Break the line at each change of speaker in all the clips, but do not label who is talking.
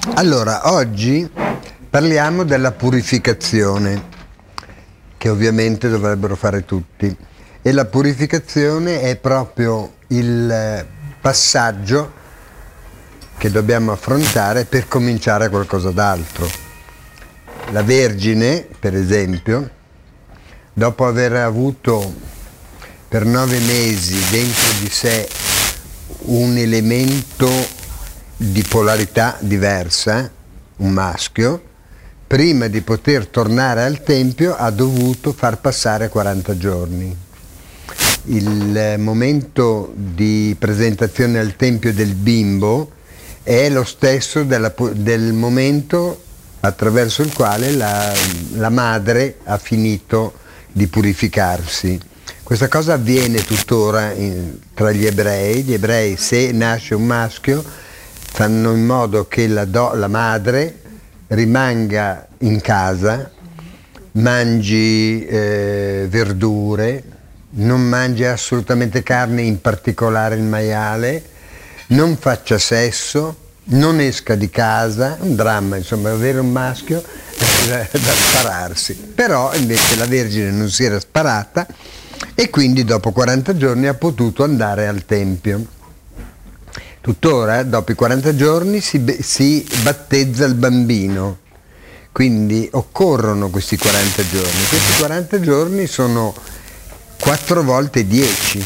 Allora, oggi parliamo della purificazione, che ovviamente dovrebbero fare tutti. E la purificazione è proprio il passaggio che dobbiamo affrontare per cominciare qualcosa d'altro. La Vergine, per esempio, dopo aver avuto per 9 mesi dentro di sé un elemento di polarità diversa, un maschio, prima di poter tornare al Tempio ha dovuto far passare 40 giorni. Il momento di presentazione al Tempio del bimbo è lo stesso del momento attraverso il quale la madre ha finito di purificarsi. Questa cosa avviene tuttora tra gli ebrei. Gli ebrei, se nasce un maschio, fanno in modo che la madre rimanga in casa, mangi verdure, non mangi assolutamente carne, in particolare il maiale, non faccia sesso, non esca di casa, un dramma, insomma, avere un maschio da spararsi. Però invece la Vergine non si era sparata e quindi dopo 40 giorni ha potuto andare al Tempio. Tuttora, dopo i 40 giorni, si battezza il bambino, quindi occorrono questi 40 giorni. Questi 40 giorni sono 4 volte 10.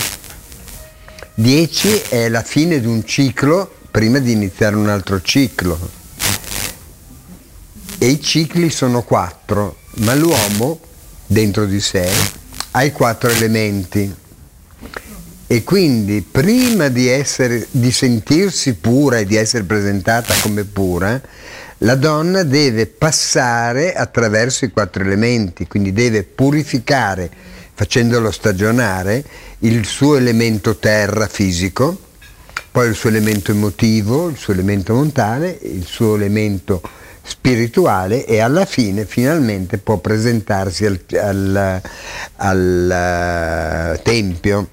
10 è la fine di un ciclo prima di iniziare un altro ciclo. E i cicli sono 4, ma l'uomo, dentro di sé, ha i 4 elementi. E quindi prima di sentirsi pura e di essere presentata come pura, la donna deve passare attraverso i 4 elementi, quindi deve purificare, facendolo stagionare, il suo elemento terra fisico, poi il suo elemento emotivo, il suo elemento mentale, il suo elemento spirituale, e alla fine finalmente può presentarsi al Tempio.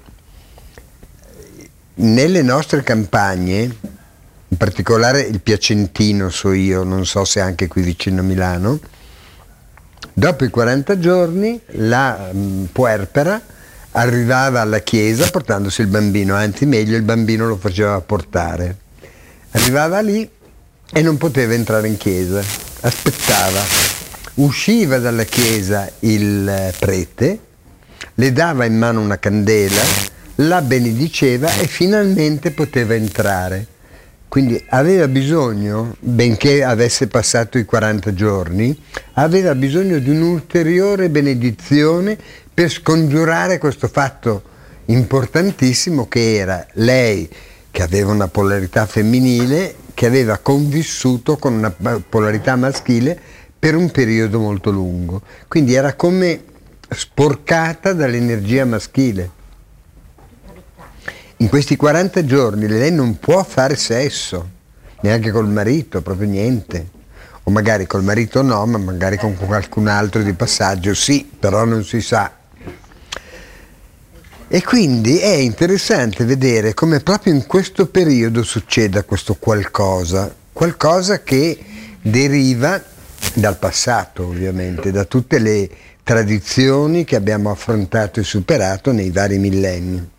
Nelle nostre campagne, in particolare il Piacentino, so io, non so se anche qui vicino a Milano, dopo i 40 giorni la puerpera arrivava alla chiesa portandosi il bambino, anzi meglio il bambino lo faceva portare. Arrivava lì e non poteva entrare in chiesa, aspettava. Usciva dalla chiesa il prete, le dava in mano una candela, la benediceva e finalmente poteva entrare. Quindi aveva bisogno, benché avesse passato i 40 giorni, aveva bisogno di un'ulteriore benedizione per scongiurare questo fatto importantissimo, che era lei, che aveva una polarità femminile, che aveva convissuto con una polarità maschile per un periodo molto lungo. Quindi era come sporcata dall'energia maschile. In questi 40 giorni lei non può fare sesso, neanche col marito, proprio niente. O magari col marito no, ma magari con qualcun altro di passaggio sì, però non si sa. E quindi è interessante vedere come proprio in questo periodo succeda questo qualcosa che deriva dal passato, ovviamente, da tutte le tradizioni che abbiamo affrontato e superato nei vari millenni.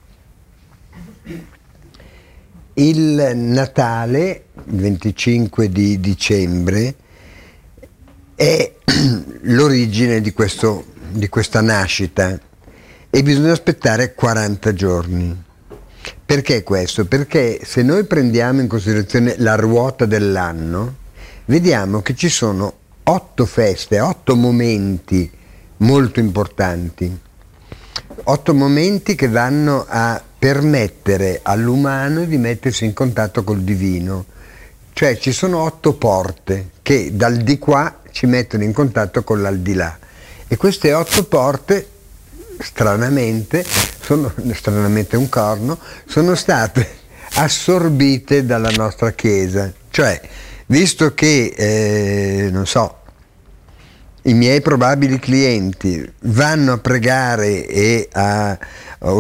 Il Natale, il 25 di dicembre, è l'origine di questa nascita, e bisogna aspettare 40 giorni. Perché questo? Perché se noi prendiamo in considerazione la ruota dell'anno, vediamo che ci sono 8 feste, 8 momenti molto importanti, 8 momenti che vanno a permettere all'umano di mettersi in contatto col divino. Cioè ci sono 8 porte che dal di qua ci mettono in contatto con l'aldilà, e queste 8 porte stranamente un corno, sono state assorbite dalla nostra Chiesa. Cioè, visto che non so, i miei probabili clienti vanno a pregare e a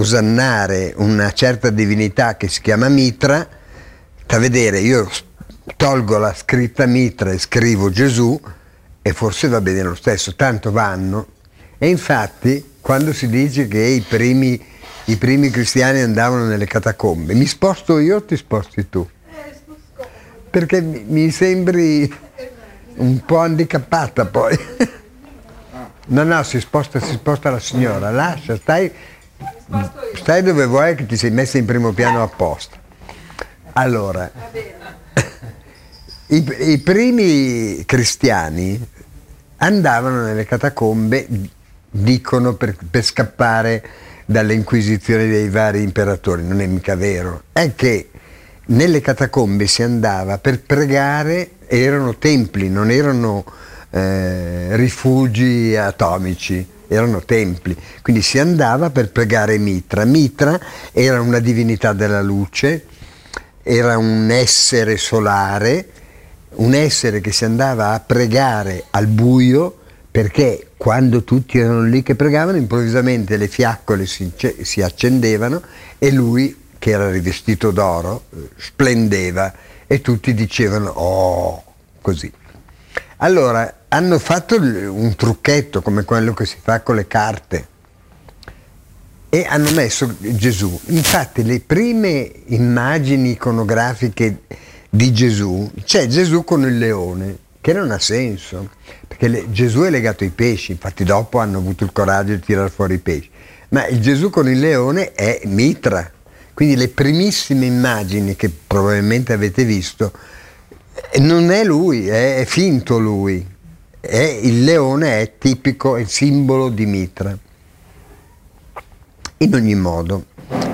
osannare una certa divinità che si chiama Mitra, da vedere, io tolgo la scritta mitra e scrivo Gesù e forse va bene lo stesso, tanto vanno. E infatti quando si dice che i primi cristiani andavano nelle catacombe, mi sposto io o ti sposti tu? Perché mi sembri un po' handicappata poi. No, si sposta la signora, lascia, stai dove vuoi, che ti sei messa in primo piano apposta. Allora, i primi cristiani andavano nelle catacombe, dicono, per scappare dalle inquisizioni dei vari imperatori. Non è mica vero, è che nelle catacombe si andava per pregare, erano templi, non erano rifugi atomici, erano templi, quindi si andava per pregare Mitra. Mitra era una divinità della luce, era un essere solare, un essere che si andava a pregare al buio, perché quando tutti erano lì che pregavano, improvvisamente le fiaccole si accendevano e lui, che era rivestito d'oro, splendeva e tutti dicevano "oh", così. Allora hanno fatto un trucchetto come quello che si fa con le carte e hanno messo Gesù. Infatti le prime immagini iconografiche di Gesù, c'è Gesù con il leone, che non ha senso, perché Gesù è legato ai pesci, infatti dopo hanno avuto il coraggio di tirare fuori i pesci, ma il Gesù con il leone è Mitra. Quindi le primissime immagini che probabilmente avete visto, non è lui, è finto lui, il leone è tipico, è il simbolo di Mitra. In ogni modo,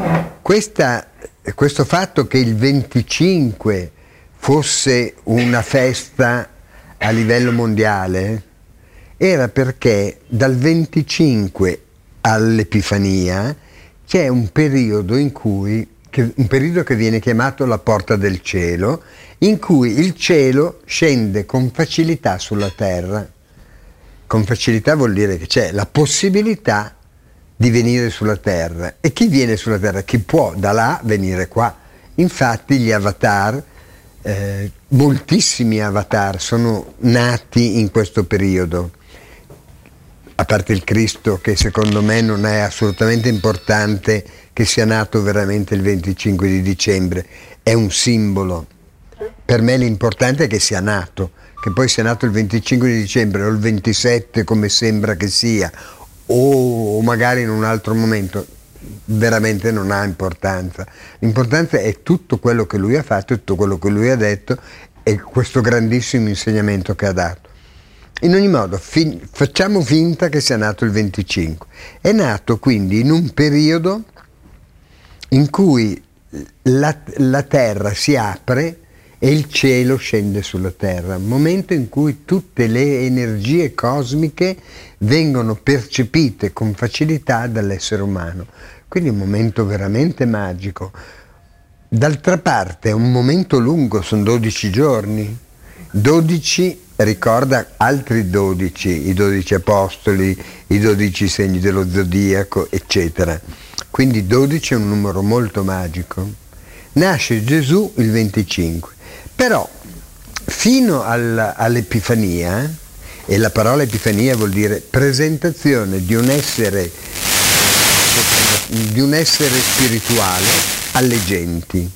questo fatto che il 25 fosse una festa a livello mondiale era perché dal 25 all'Epifania c'è un periodo un periodo che viene chiamato la porta del cielo, in cui il cielo scende con facilità sulla terra. Con facilità vuol dire che c'è la possibilità di venire sulla terra. E chi viene sulla terra? Chi può da là venire qua. Infatti gli avatar, moltissimi avatar sono nati in questo periodo, a parte il Cristo, che secondo me non è assolutamente importante che sia nato veramente il 25 di dicembre, è un simbolo. Per me l'importante è che sia nato, che poi sia nato il 25 di dicembre o il 27 come sembra che sia, o magari in un altro momento, veramente non ha importanza. L'importante è tutto quello che lui ha fatto, tutto quello che lui ha detto e questo grandissimo insegnamento che ha dato. In ogni modo, facciamo finta che sia nato il 25. È nato quindi in un periodo in cui la terra si apre e il cielo scende sulla terra, un momento in cui tutte le energie cosmiche vengono percepite con facilità dall'essere umano. Quindi è un momento veramente magico. D'altra parte è un momento lungo, sono 12 giorni. 12 ricorda altri 12, i 12 apostoli, i 12 segni dello zodiaco, eccetera. Quindi 12 è un numero molto magico. Nasce Gesù il 25, però fino all'Epifania, e la parola Epifania vuol dire presentazione di un essere spirituale alle genti.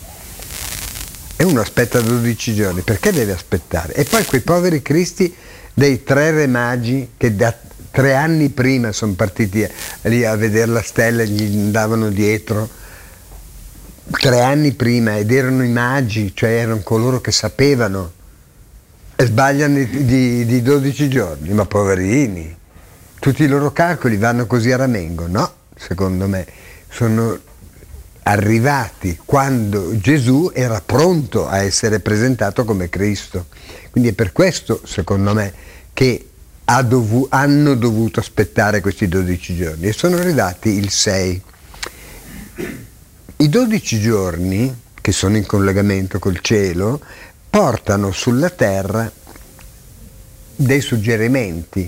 E uno aspetta 12 giorni, perché deve aspettare? E poi quei poveri cristi dei 3 re magi che da 3 anni prima sono partiti lì a vedere la stella e gli andavano dietro, 3 anni prima, ed erano i magi, cioè erano coloro che sapevano, e sbagliano di 12 giorni, ma poverini, tutti i loro calcoli vanno così a ramengo? No, secondo me sono arrivati quando Gesù era pronto a essere presentato come Cristo. Quindi è per questo, secondo me, che hanno dovuto aspettare questi 12 giorni e sono arrivati il 6. I 12 giorni, che sono in collegamento col cielo, portano sulla terra dei suggerimenti,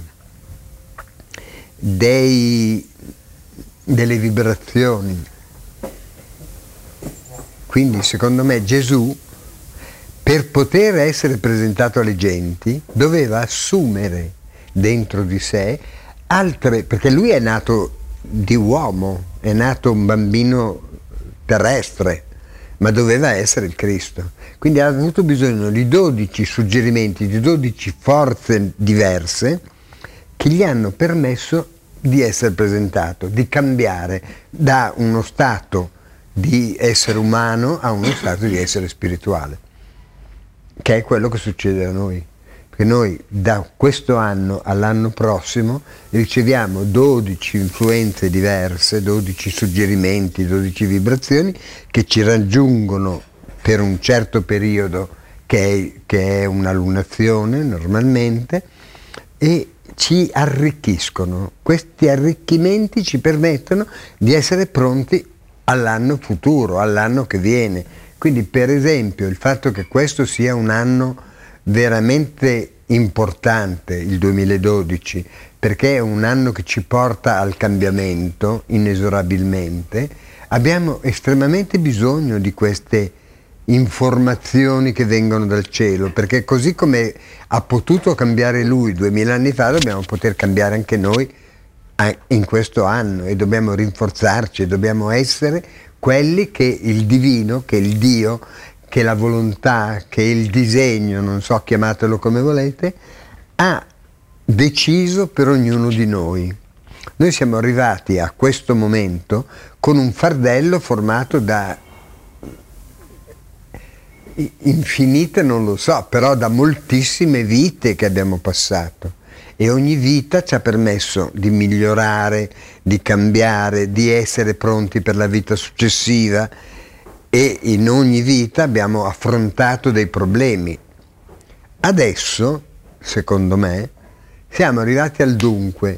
delle vibrazioni. Quindi secondo me Gesù per poter essere presentato alle genti, doveva assumere dentro di sé altre, perché lui è nato di uomo, è nato un bambino terrestre, ma doveva essere il Cristo. Quindi ha avuto bisogno di 12 suggerimenti, di 12 forze diverse che gli hanno permesso di essere presentato, di cambiare da uno stato di essere umano a uno stato di essere spirituale, che è quello che succede a noi. Perché noi da questo anno all'anno prossimo riceviamo 12 influenze diverse, 12 suggerimenti, 12 vibrazioni che ci raggiungono per un certo periodo che è una lunazione normalmente, e ci arricchiscono. Questi arricchimenti ci permettono di essere pronti all'anno futuro, all'anno che viene. Quindi per esempio il fatto che questo sia un anno veramente importante, il 2012, perché è un anno che ci porta al cambiamento inesorabilmente, abbiamo estremamente bisogno di queste informazioni che vengono dal cielo, perché così come ha potuto cambiare lui 2000 anni fa, dobbiamo poter cambiare anche noi in questo anno, e dobbiamo rinforzarci, dobbiamo essere quelli che il divino, che il Dio, che la volontà, che il disegno, non so, chiamatelo come volete, ha deciso per ognuno di noi. Noi siamo arrivati a questo momento con un fardello formato da infinite, non lo so, però da moltissime vite che abbiamo passato, e ogni vita ci ha permesso di migliorare, di cambiare, di essere pronti per la vita successiva, e in ogni vita abbiamo affrontato dei problemi. Adesso, secondo me, siamo arrivati al dunque.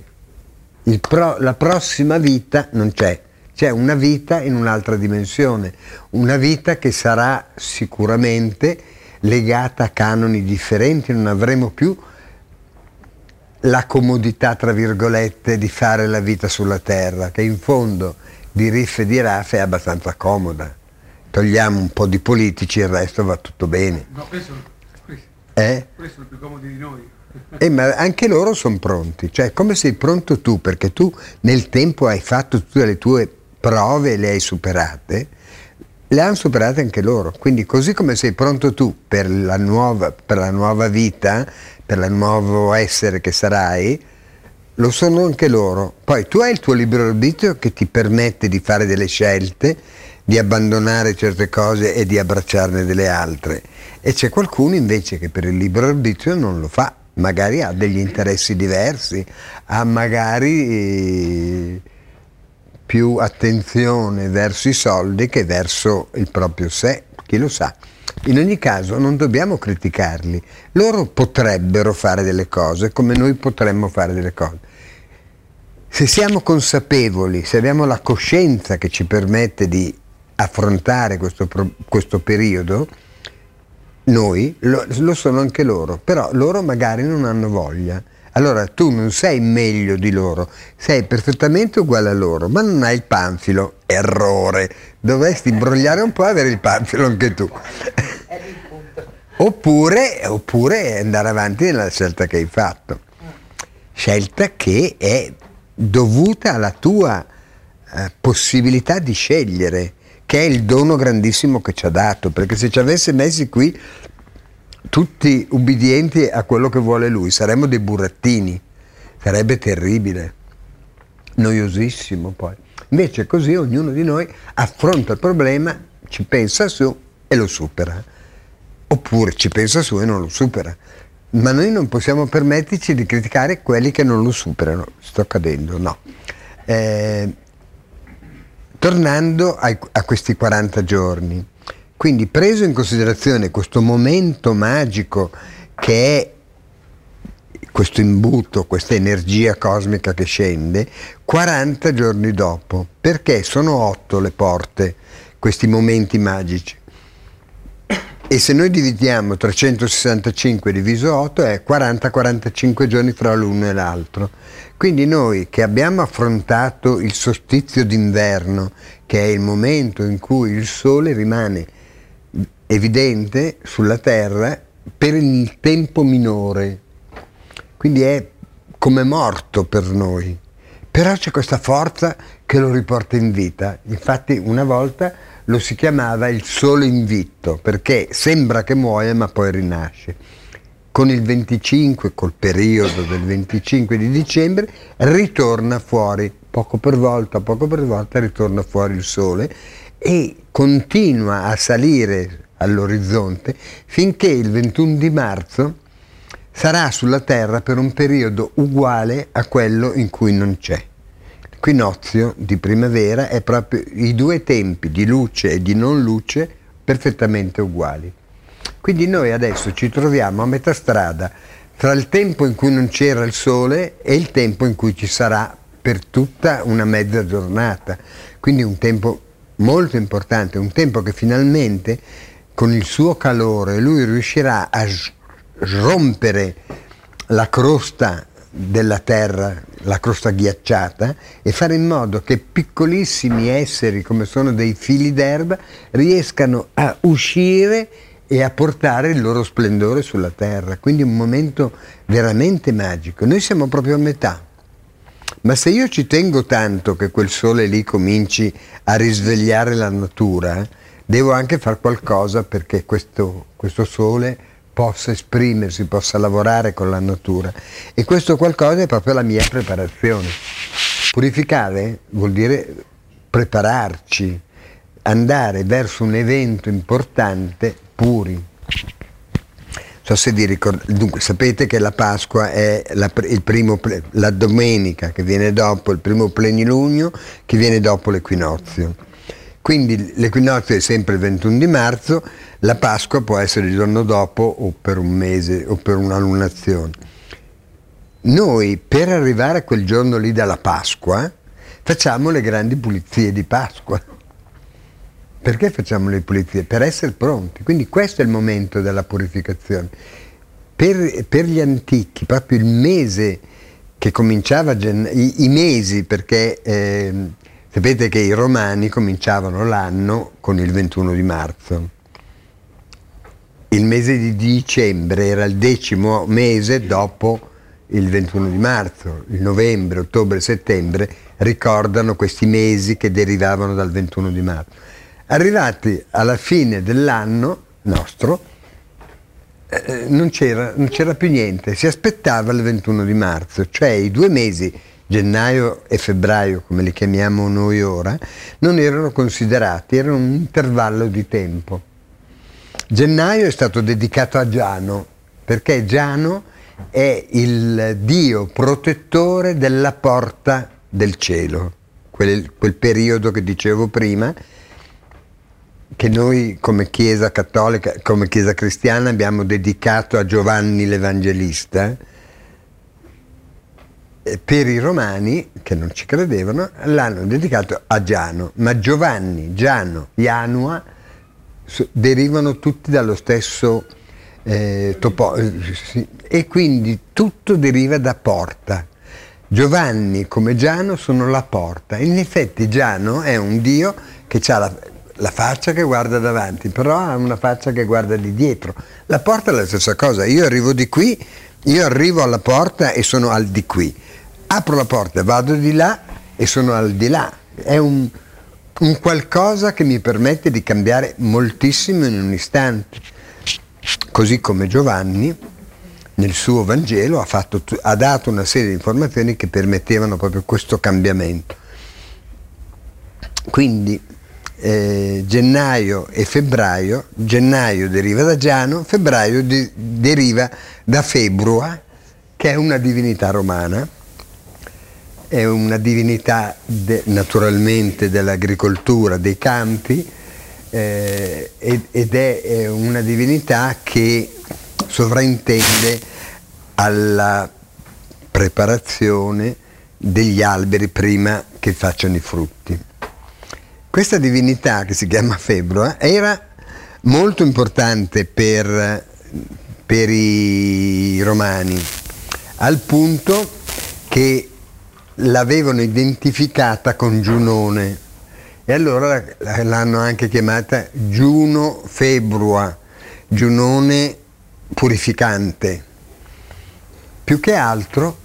La prossima vita non c'è. C'è una vita in un'altra dimensione, una vita che sarà sicuramente legata a canoni differenti, non avremo più la comodità, tra virgolette, di fare la vita sulla terra, che in fondo di riff e di raff è abbastanza comoda. Togliamo un po' di politici, il resto va tutto bene.
No, questo sono più comodi di noi.
Ma anche loro sono pronti, cioè come sei pronto tu, perché tu nel tempo hai fatto tutte le tue prove e le hai superate, le hanno superate anche loro. Quindi così come sei pronto tu per la nuova vita, per il nuovo essere che sarai, lo sono anche loro. Poi tu hai il tuo libero arbitrio che ti permette di fare delle scelte, di abbandonare certe cose e di abbracciarne delle altre, e c'è qualcuno invece che per il libero arbitrio non lo fa, magari ha degli interessi diversi, ha magari più attenzione verso i soldi che verso il proprio sé, chi lo sa. In ogni caso non dobbiamo criticarli, loro potrebbero fare delle cose come noi potremmo fare delle cose. Se siamo consapevoli, se abbiamo la coscienza che ci permette di affrontare questo periodo, noi lo sono anche loro, però loro magari non hanno voglia. Allora tu non sei meglio di loro, sei perfettamente uguale a loro, ma non hai il panfilo. Errore, dovresti imbrogliare un po' e avere il panfilo anche tu. Oppure andare avanti nella scelta che hai fatto, scelta che è dovuta alla tua possibilità di scegliere, che è il dono grandissimo che ci ha dato, perché se ci avesse messi qui tutti ubbidienti a quello che vuole lui, saremmo dei burattini, sarebbe terribile, noiosissimo poi. Invece così ognuno di noi affronta il problema, ci pensa su e lo supera, oppure ci pensa su e non lo supera. Ma noi non possiamo permetterci di criticare quelli che non lo superano. Sto cadendo, no. Tornando a questi 40 giorni, quindi preso in considerazione questo momento magico che è questo imbuto, questa energia cosmica che scende, 40 giorni dopo, perché sono 8 le porte, questi momenti magici. E se noi dividiamo 365 diviso 8 è 40-45 giorni fra l'uno e l'altro. Quindi noi che abbiamo affrontato il solstizio d'inverno, che è il momento in cui il sole rimane evidente sulla terra per il tempo minore, quindi è come morto per noi, però c'è questa forza che lo riporta in vita. Infatti una volta lo si chiamava il sole invitto, perché sembra che muoia ma poi rinasce. Con il 25, col periodo del 25 di dicembre, ritorna fuori, poco per volta ritorna fuori il sole e continua a salire all'orizzonte finché il 21 di marzo sarà sulla Terra per un periodo uguale a quello in cui non c'è. L'equinozio di primavera è proprio i due tempi di luce e di non luce perfettamente uguali. Quindi noi adesso ci troviamo a metà strada tra il tempo in cui non c'era il sole e il tempo in cui ci sarà per tutta una mezza giornata. Quindi un tempo molto importante, un tempo che finalmente con il suo calore lui riuscirà a rompere la crosta della terra, la crosta ghiacciata, e fare in modo che piccolissimi esseri come sono dei fili d'erba riescano a uscire e a portare il loro splendore sulla terra. Quindi un momento veramente magico. Noi siamo proprio a metà. Ma se io ci tengo tanto che quel sole lì cominci a risvegliare la natura, devo anche fare qualcosa perché questo sole possa esprimersi, possa lavorare con la natura. E questo qualcosa è proprio la mia preparazione. Purificare vuol dire prepararci, andare verso un evento importante puri. So se vi ricordate, dunque sapete che la Pasqua è la domenica che viene dopo il primo plenilunio, che viene dopo l'equinozio. Quindi l'equinozio è sempre il 21 di marzo, la Pasqua può essere il giorno dopo o per un mese o per una lunazione. Noi per arrivare a quel giorno lì dalla Pasqua facciamo le grandi pulizie di Pasqua. Perché facciamo le pulizie? Per essere pronti. Quindi questo è il momento della purificazione. Per gli antichi, proprio il mese che cominciava, i mesi, perché sapete che i romani cominciavano l'anno con il 21 di marzo. Il mese di dicembre era il 10° mese dopo il 21 di marzo. Il novembre, ottobre, settembre ricordano questi mesi che derivavano dal 21 di marzo. Arrivati alla fine dell'anno nostro, non c'era più niente, si aspettava il 21 di marzo, cioè i 2 mesi, gennaio e febbraio, come li chiamiamo noi ora, non erano considerati, erano un intervallo di tempo. Gennaio è stato dedicato a Giano, perché Giano è il dio protettore della porta del cielo, quel periodo che dicevo prima, che noi come Chiesa cattolica, come Chiesa cristiana abbiamo dedicato a Giovanni l'Evangelista. Per i romani, che non ci credevano, l'hanno dedicato a Giano, ma Giovanni, Giano, Janua derivano tutti dallo stesso e quindi tutto deriva da porta. Giovanni come Giano sono la porta. In effetti Giano è un dio che ha la faccia che guarda davanti, però ha una faccia che guarda di dietro. La porta è la stessa cosa, io arrivo di qui, io arrivo alla porta e sono al di qui. Apro la porta, vado di là e sono al di là. È un qualcosa che mi permette di cambiare moltissimo in un istante. Così come Giovanni nel suo Vangelo ha dato una serie di informazioni che permettevano proprio questo cambiamento. Quindi gennaio e febbraio, gennaio deriva da Giano, febbraio deriva da Februa, che è una divinità romana, è una divinità naturalmente dell'agricoltura, dei campi, ed è una divinità che sovrintende alla preparazione degli alberi prima che facciano i frutti. Questa divinità, che si chiama Februa, era molto importante per i romani, al punto che l'avevano identificata con Giunone. E allora l'hanno anche chiamata Giuno Februa, giunone purificante. Più che altro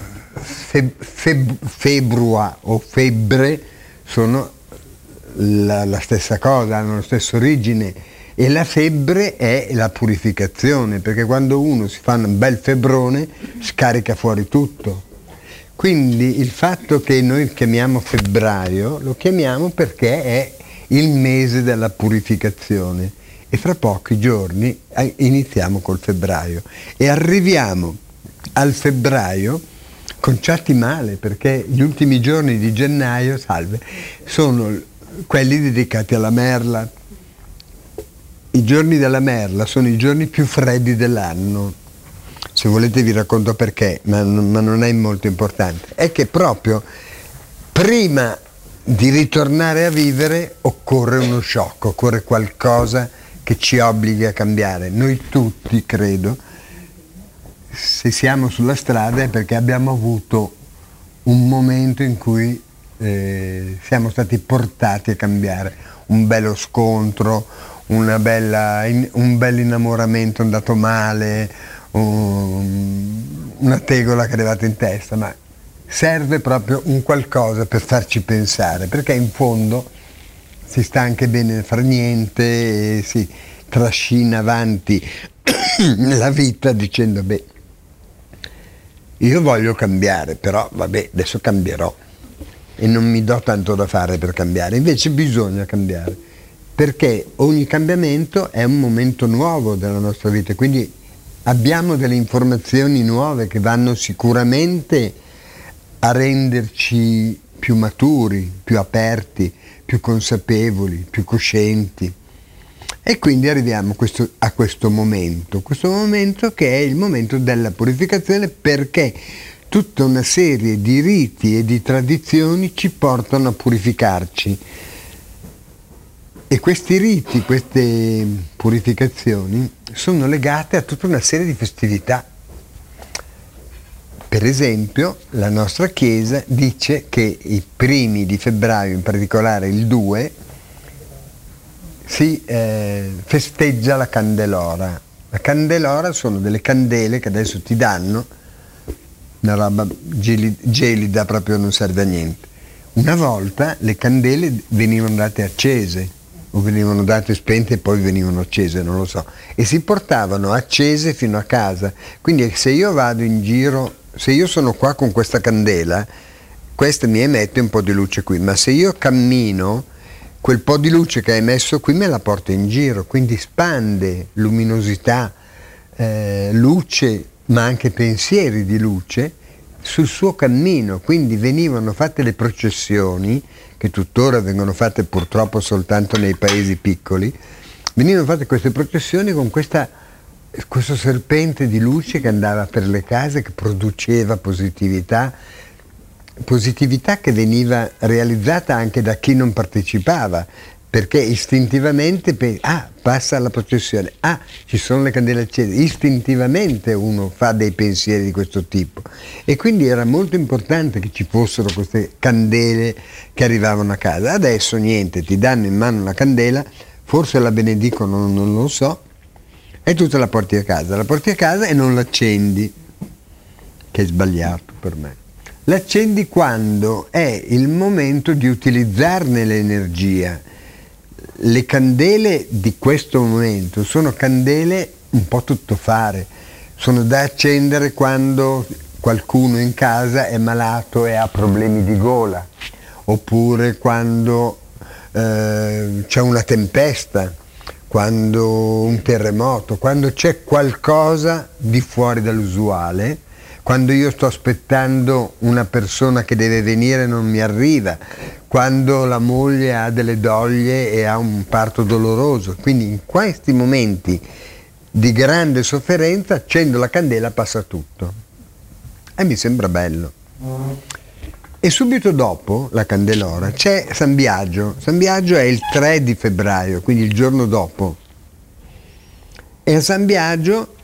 februa o febbre sono la stessa cosa, hanno la stessa origine, e la febbre è la purificazione, perché quando uno si fa un bel febbrone scarica fuori tutto. Quindi il fatto che noi chiamiamo febbraio lo chiamiamo perché è il mese della purificazione, e fra pochi giorni iniziamo col febbraio e arriviamo al febbraio conciati male, perché gli ultimi giorni di gennaio, sono quelli dedicati alla merla. I giorni della merla sono i giorni più freddi dell'anno. Se volete vi racconto perché, ma non è molto importante. È che proprio prima di ritornare a vivere occorre uno shock, occorre qualcosa che ci obblighi a cambiare. Noi tutti, credo, se siamo sulla strada è perché abbiamo avuto un momento in cui siamo stati portati a cambiare, un bello scontro, un bel innamoramento andato male, una tegola che è arrivata in testa, ma serve proprio un qualcosa per farci pensare, perché in fondo si sta anche bene nel far niente e si trascina avanti la vita dicendo beh, io voglio cambiare, però vabbè, adesso cambierò e non mi do tanto da fare per cambiare. Invece bisogna cambiare, perché ogni cambiamento è un momento nuovo della nostra vita, quindi abbiamo delle informazioni nuove che vanno sicuramente a renderci più maturi, più aperti, più consapevoli, più coscienti. E quindi arriviamo a questo momento che è il momento della purificazione, perché tutta una serie di riti e di tradizioni ci portano a purificarci. E questi riti, queste purificazioni sono legate a tutta una serie di festività. Per esempio, la nostra Chiesa dice che i primi di febbraio, in particolare il 2, si festeggia la Candelora. La Candelora sono delle candele che adesso ti danno, una roba gelida, proprio non serve a niente. Una volta le candele venivano date accese, o venivano date spente e poi venivano accese, non lo so, e si portavano accese fino a casa. Quindi se io vado in giro, se io sono qua con questa candela, questa mi emette un po' di luce qui, ma se io cammino, quel po' di luce che hai messo qui me la porto in giro, quindi spande luminosità, luce, ma anche pensieri di luce sul suo cammino. Quindi venivano fatte le processioni, che tuttora vengono fatte purtroppo soltanto nei paesi piccoli, venivano fatte queste processioni con questo serpente di luce che andava per le case, che produceva positività che veniva realizzata anche da chi non partecipava, perché istintivamente passa la processione, ci sono le candele accese, istintivamente uno fa dei pensieri di questo tipo, e quindi era molto importante che ci fossero queste candele che arrivavano a casa. Adesso niente, ti danno in mano una candela, forse la benedicono, non lo so, e tu te la porti a casa e non l'accendi, che è sbagliato per me. L'accendi quando è il momento di utilizzarne l'energia. Le candele di questo momento sono candele un po' tuttofare, sono da accendere quando qualcuno in casa è malato e ha problemi di gola, oppure quando c'è una tempesta, quando un terremoto, quando c'è qualcosa di fuori dall'usuale, quando io sto aspettando una persona che deve venire e non mi arriva, quando la moglie ha delle doglie e ha un parto doloroso. Quindi in questi momenti di grande sofferenza accendo la candela, passa tutto. E mi sembra bello. E subito dopo la Candelora c'è San Biagio. San Biagio è il 3 di febbraio, quindi il giorno dopo. E a San Biagio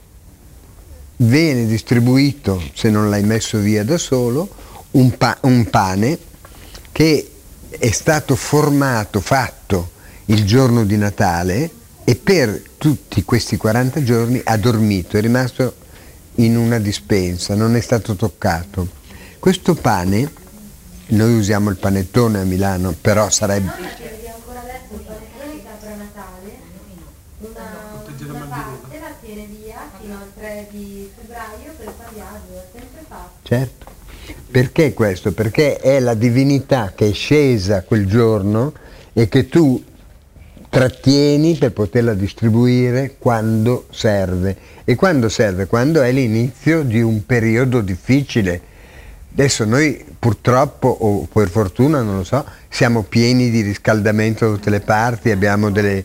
viene distribuito, se non l'hai messo via da solo, un pane che è stato fatto il giorno di Natale e per tutti questi 40 giorni ha dormito, è rimasto in una dispensa, non è stato toccato. Questo pane, noi usiamo il panettone a Milano, però sarebbe...
Vedi ancora adesso il panettone che apre a Natale, una parte la tiene via fino al 3 di febbraio per tagliarlo, l'ha sempre fatto.
Certo. Perché questo? Perché è la divinità che è scesa quel giorno e che tu trattieni per poterla distribuire quando serve. E quando serve? Quando è l'inizio di un periodo difficile. Adesso noi purtroppo, o per fortuna, non lo so, siamo pieni di riscaldamento da tutte le parti, abbiamo delle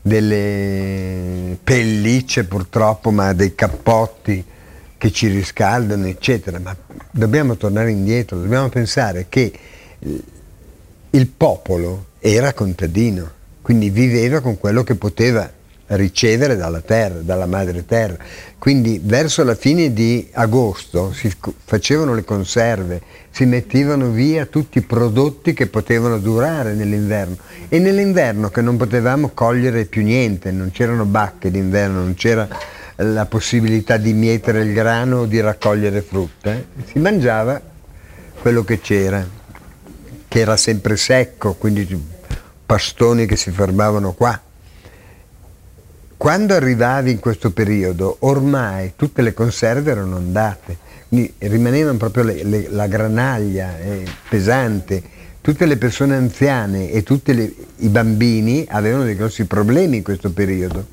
pellicce purtroppo, ma dei cappotti che ci riscaldano, eccetera. Ma dobbiamo tornare indietro, dobbiamo pensare che il popolo era contadino, quindi viveva con quello che poteva ricevere dalla terra, dalla madre terra. Quindi verso la fine di agosto si facevano le conserve, si mettevano via tutti i prodotti che potevano durare nell'inverno, e nell'inverno che non potevamo cogliere più niente, non c'erano bacche d'inverno, non c'era la possibilità di mietere il grano o di raccogliere frutta, si mangiava quello che c'era, che era sempre secco, quindi pastoni che si fermavano qua. Quando arrivavi in questo periodo, ormai tutte le conserve erano andate, quindi rimanevano proprio la granaglia pesante, tutte le persone anziane e tutti i bambini avevano dei grossi problemi in questo periodo.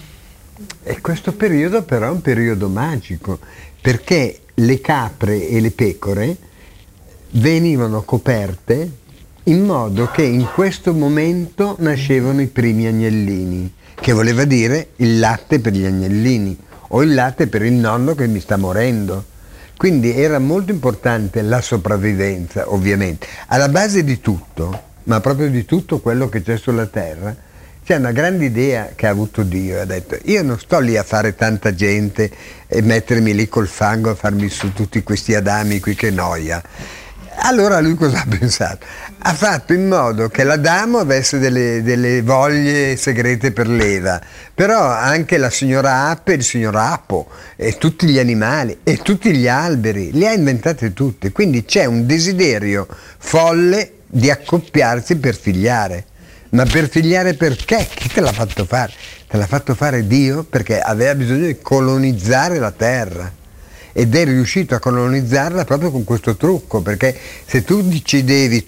E questo periodo però è un periodo magico, perché le capre e le pecore venivano coperte in modo che in questo momento nascevano i primi agnellini, che voleva dire il latte per gli agnellini o il latte per il nonno che mi sta morendo. Quindi era molto importante la sopravvivenza, ovviamente. Alla base di tutto, ma proprio di tutto quello che c'è sulla terra, c'è una grande idea che ha avuto Dio, ha detto: io non sto lì a fare tanta gente e mettermi lì col fango a farmi su tutti questi Adami qui, che noia. Allora lui cosa ha pensato? Ha fatto in modo che l'Adamo avesse delle voglie segrete per l'Eva, però anche la signora Ape, il signor Apo, e tutti gli animali e tutti gli alberi, le ha inventate tutte. Quindi c'è un desiderio folle di accoppiarsi per figliare. Ma per figliare perché? Chi te l'ha fatto fare? Te l'ha fatto fare Dio, perché aveva bisogno di colonizzare la terra. Ed è riuscito a colonizzarla proprio con questo trucco, perché se tu decidevi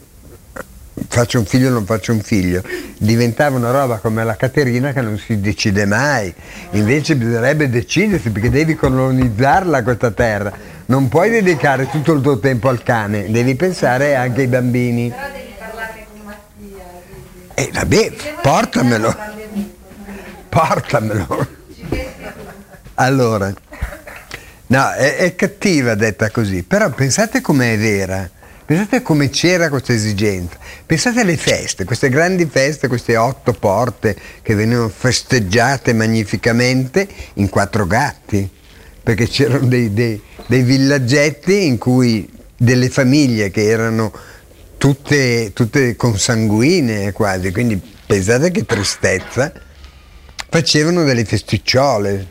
faccio un figlio o non faccio un figlio, diventava una roba come la Caterina che non si decide mai. Invece bisognerebbe decidersi, perché devi colonizzarla questa terra. Non puoi dedicare tutto il tuo tempo al cane, devi pensare anche ai bambini.
Però devi parlarne con Mattia.
Vabbè, portamelo. Portamelo. Allora, no, è cattiva detta così, però pensate com'è vera, pensate come c'era questa esigenza, pensate alle feste, queste grandi feste, queste 8 porte che venivano festeggiate magnificamente in 4 gatti, perché c'erano dei villaggetti in cui delle famiglie che erano tutte consanguinee quasi, quindi pensate che tristezza, facevano delle festicciole.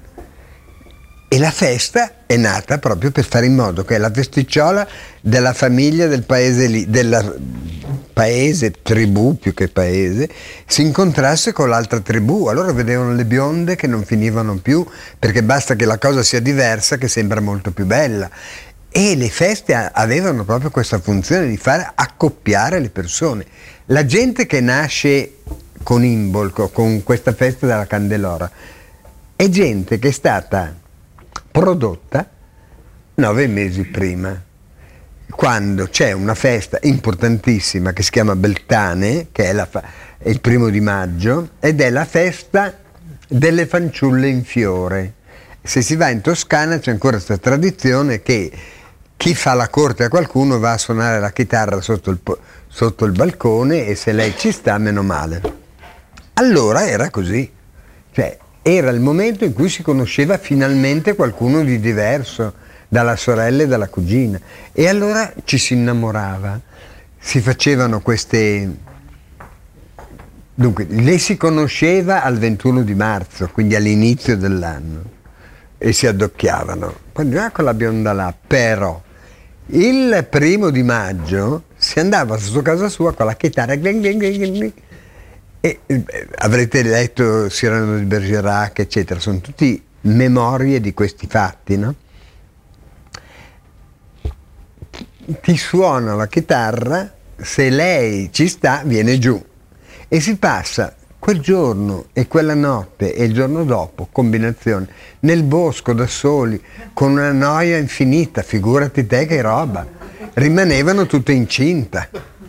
E la festa è nata proprio per fare in modo che la festicciola della famiglia del paese lì, della paese, tribù più che paese, si incontrasse con l'altra tribù. Allora vedevano le bionde che non finivano più, perché basta che la cosa sia diversa che sembra molto più bella. E le feste avevano proprio questa funzione di fare accoppiare le persone. La gente che nasce con Imbolco, con questa festa della Candelora, è gente che è stata prodotta 9 mesi prima, quando c'è una festa importantissima che si chiama Beltane, che è il 1° maggio, ed è la festa delle fanciulle in fiore. Se si va in Toscana c'è ancora questa tradizione che chi fa la corte a qualcuno va a suonare la chitarra sotto il balcone, e se lei ci sta, meno male. Allora era così, cioè era il momento in cui si conosceva finalmente qualcuno di diverso dalla sorella e dalla cugina, e allora ci si innamorava. si facevano queste... Dunque, lei si conosceva al 21 di marzo, quindi all'inizio dell'anno, e si addocchiavano. Poi quella bionda là, però il 1° maggio si andava su casa sua con la chitarra e avrete letto Cyrano de Bergerac, eccetera, sono tutti memorie di questi fatti, no? Ti suona la chitarra, se lei ci sta viene giù e si passa quel giorno e quella notte e il giorno dopo, combinazione, nel bosco da soli, con una noia infinita, figurati te che roba, rimanevano tutte incinta.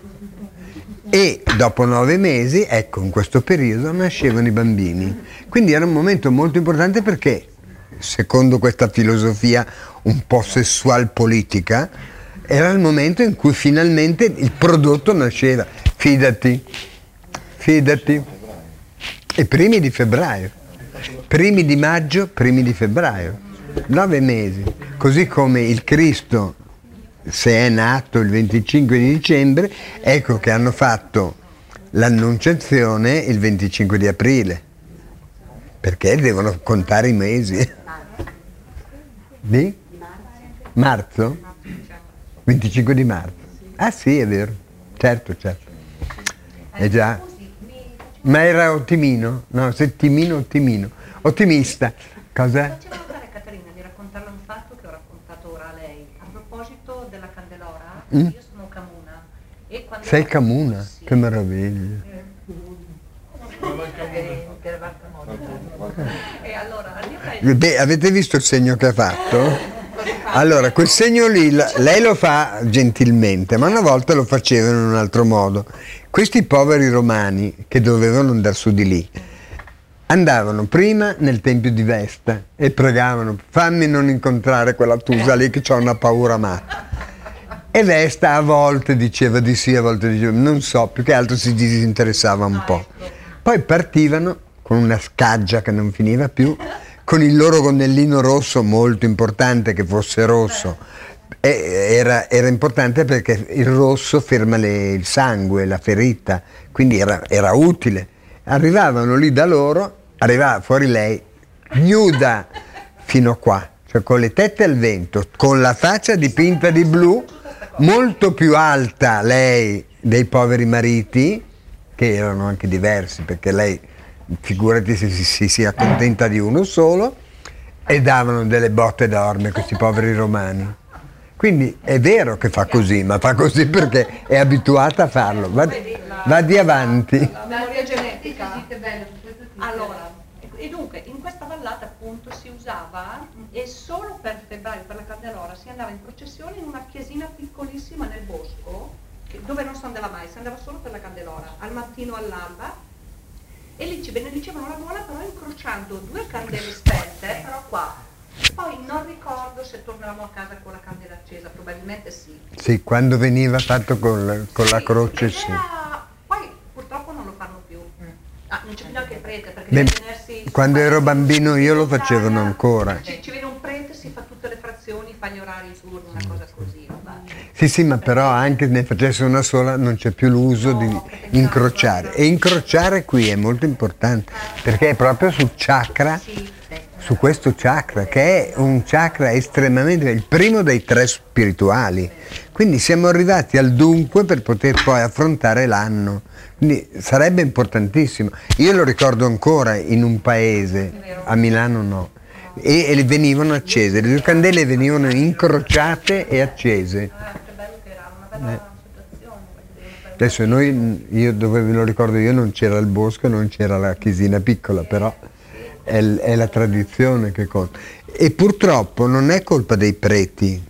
E dopo 9 mesi, ecco, in questo periodo nascevano i bambini. Quindi era un momento molto importante perché, secondo questa filosofia un po' sessual politica, era il momento in cui finalmente il prodotto nasceva. Fidati, fidati. I primi di febbraio, primi di maggio, primi di febbraio, 9 mesi. Così come il Cristo, se è nato il 25 di dicembre, ecco che hanno fatto l'annunciazione il 25 di aprile, perché devono contare i mesi. Di? Marzo? 25 di marzo. Ah sì, è vero, certo, certo. È già. Ma era ottimino? No, settimino, ottimino. Ottimista. Cosa?
Facevo notare a Caterina di raccontarle un fatto che ho raccontato ora a lei. A proposito della candelora, io sono camuna. E quando
Sei camuna?
Sì.
Che meraviglia.
E allora, al mio paese...
Beh, avete visto il segno che ha fatto? Allora, quel segno lì, lei lo fa gentilmente, ma una volta lo faceva in un altro modo. Questi poveri romani che dovevano andare su di lì, andavano prima nel tempio di Vesta e pregavano: fammi non incontrare quella Tusa lì che ho una paura matta. E Vesta a volte diceva di sì, a volte diceva non so, più che altro si disinteressava un po'. Poi partivano con una scaggia che non finiva più, con il loro gonnellino rosso, molto importante che fosse rosso. Era importante perché il rosso ferma il sangue, la ferita, quindi era utile. Arrivavano lì da loro, arrivava fuori lei, nuda fino qua, cioè con le tette al vento, con la faccia dipinta di blu, molto più alta lei dei poveri mariti, che erano anche diversi, perché lei, figurati se si accontenta di uno solo, e davano delle botte d'orme a questi poveri romani. Quindi è vero che fa così, ma fa così perché è abituata a farlo. Va di avanti.
La memoria genetica. Allora, e dunque in questa vallata appunto si usava, e solo per febbraio, per la Candelora, si andava in processione in una chiesina piccolissima nel bosco, dove non si andava mai, si andava solo per la Candelora, al mattino all'alba, e lì ci benedicevano la gola, però incrociando 2 candele spente, però qua. Poi non ricordo se tornavamo a casa con la candela accesa, probabilmente sì.
Sì, quando veniva fatto con la croce, sì.
Poi purtroppo non lo fanno più. Non c'è più neanche il prete, perché
Beh,
deve tenersi...
quando ero bambino io lo facevano ancora.
Ci viene un prete, si fa tutte le frazioni, fa gli orari in turno, una cosa così.
Sì, ma però anche se ne facesse una sola non c'è più l'uso di incrociare. E incrociare qui è molto importante, perché è proprio sul chakra, su questo chakra, che è un chakra estremamente, il primo dei 3 spirituali. Quindi siamo arrivati al dunque per poter poi affrontare l'anno. Quindi sarebbe importantissimo. Io lo ricordo ancora in un paese, a Milano no, e venivano accese, le 2 candele venivano incrociate e accese.
Che bello che era, una bella situazione.
Adesso io dove ve lo ricordo io non c'era il bosco, non c'era la chiesina piccola, però è la tradizione che conta. E purtroppo non è colpa dei preti,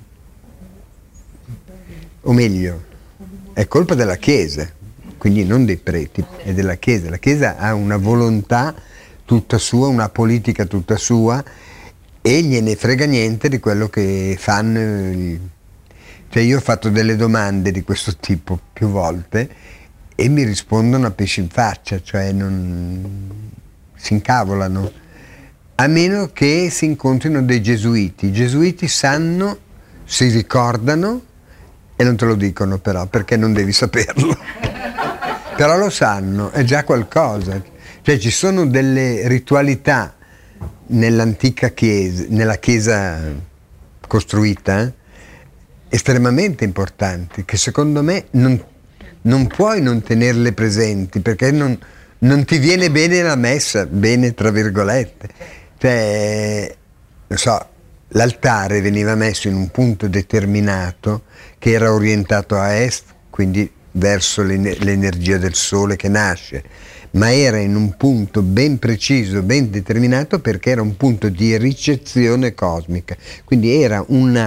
o meglio, è colpa della Chiesa, quindi non dei preti, è della Chiesa. La Chiesa ha una volontà tutta sua, una politica tutta sua, e gliene frega niente di quello che fanno. Cioè io ho fatto delle domande di questo tipo più volte e mi rispondono a pesci in faccia, cioè non si incavolano, a meno che si incontrino dei gesuiti. I gesuiti sanno, si ricordano e non te lo dicono però, perché non devi saperlo. Però lo sanno, è già qualcosa. Cioè ci sono delle ritualità nell'antica chiesa, nella chiesa costruita, estremamente importanti, che secondo me non puoi non tenerle presenti, perché non ti viene bene la messa, bene tra virgolette. Cioè, non so, l'altare veniva messo in un punto determinato che era orientato a est, quindi verso l'energia del sole che nasce, ma era in un punto ben preciso, ben determinato, perché era un punto di ricezione cosmica. Quindi era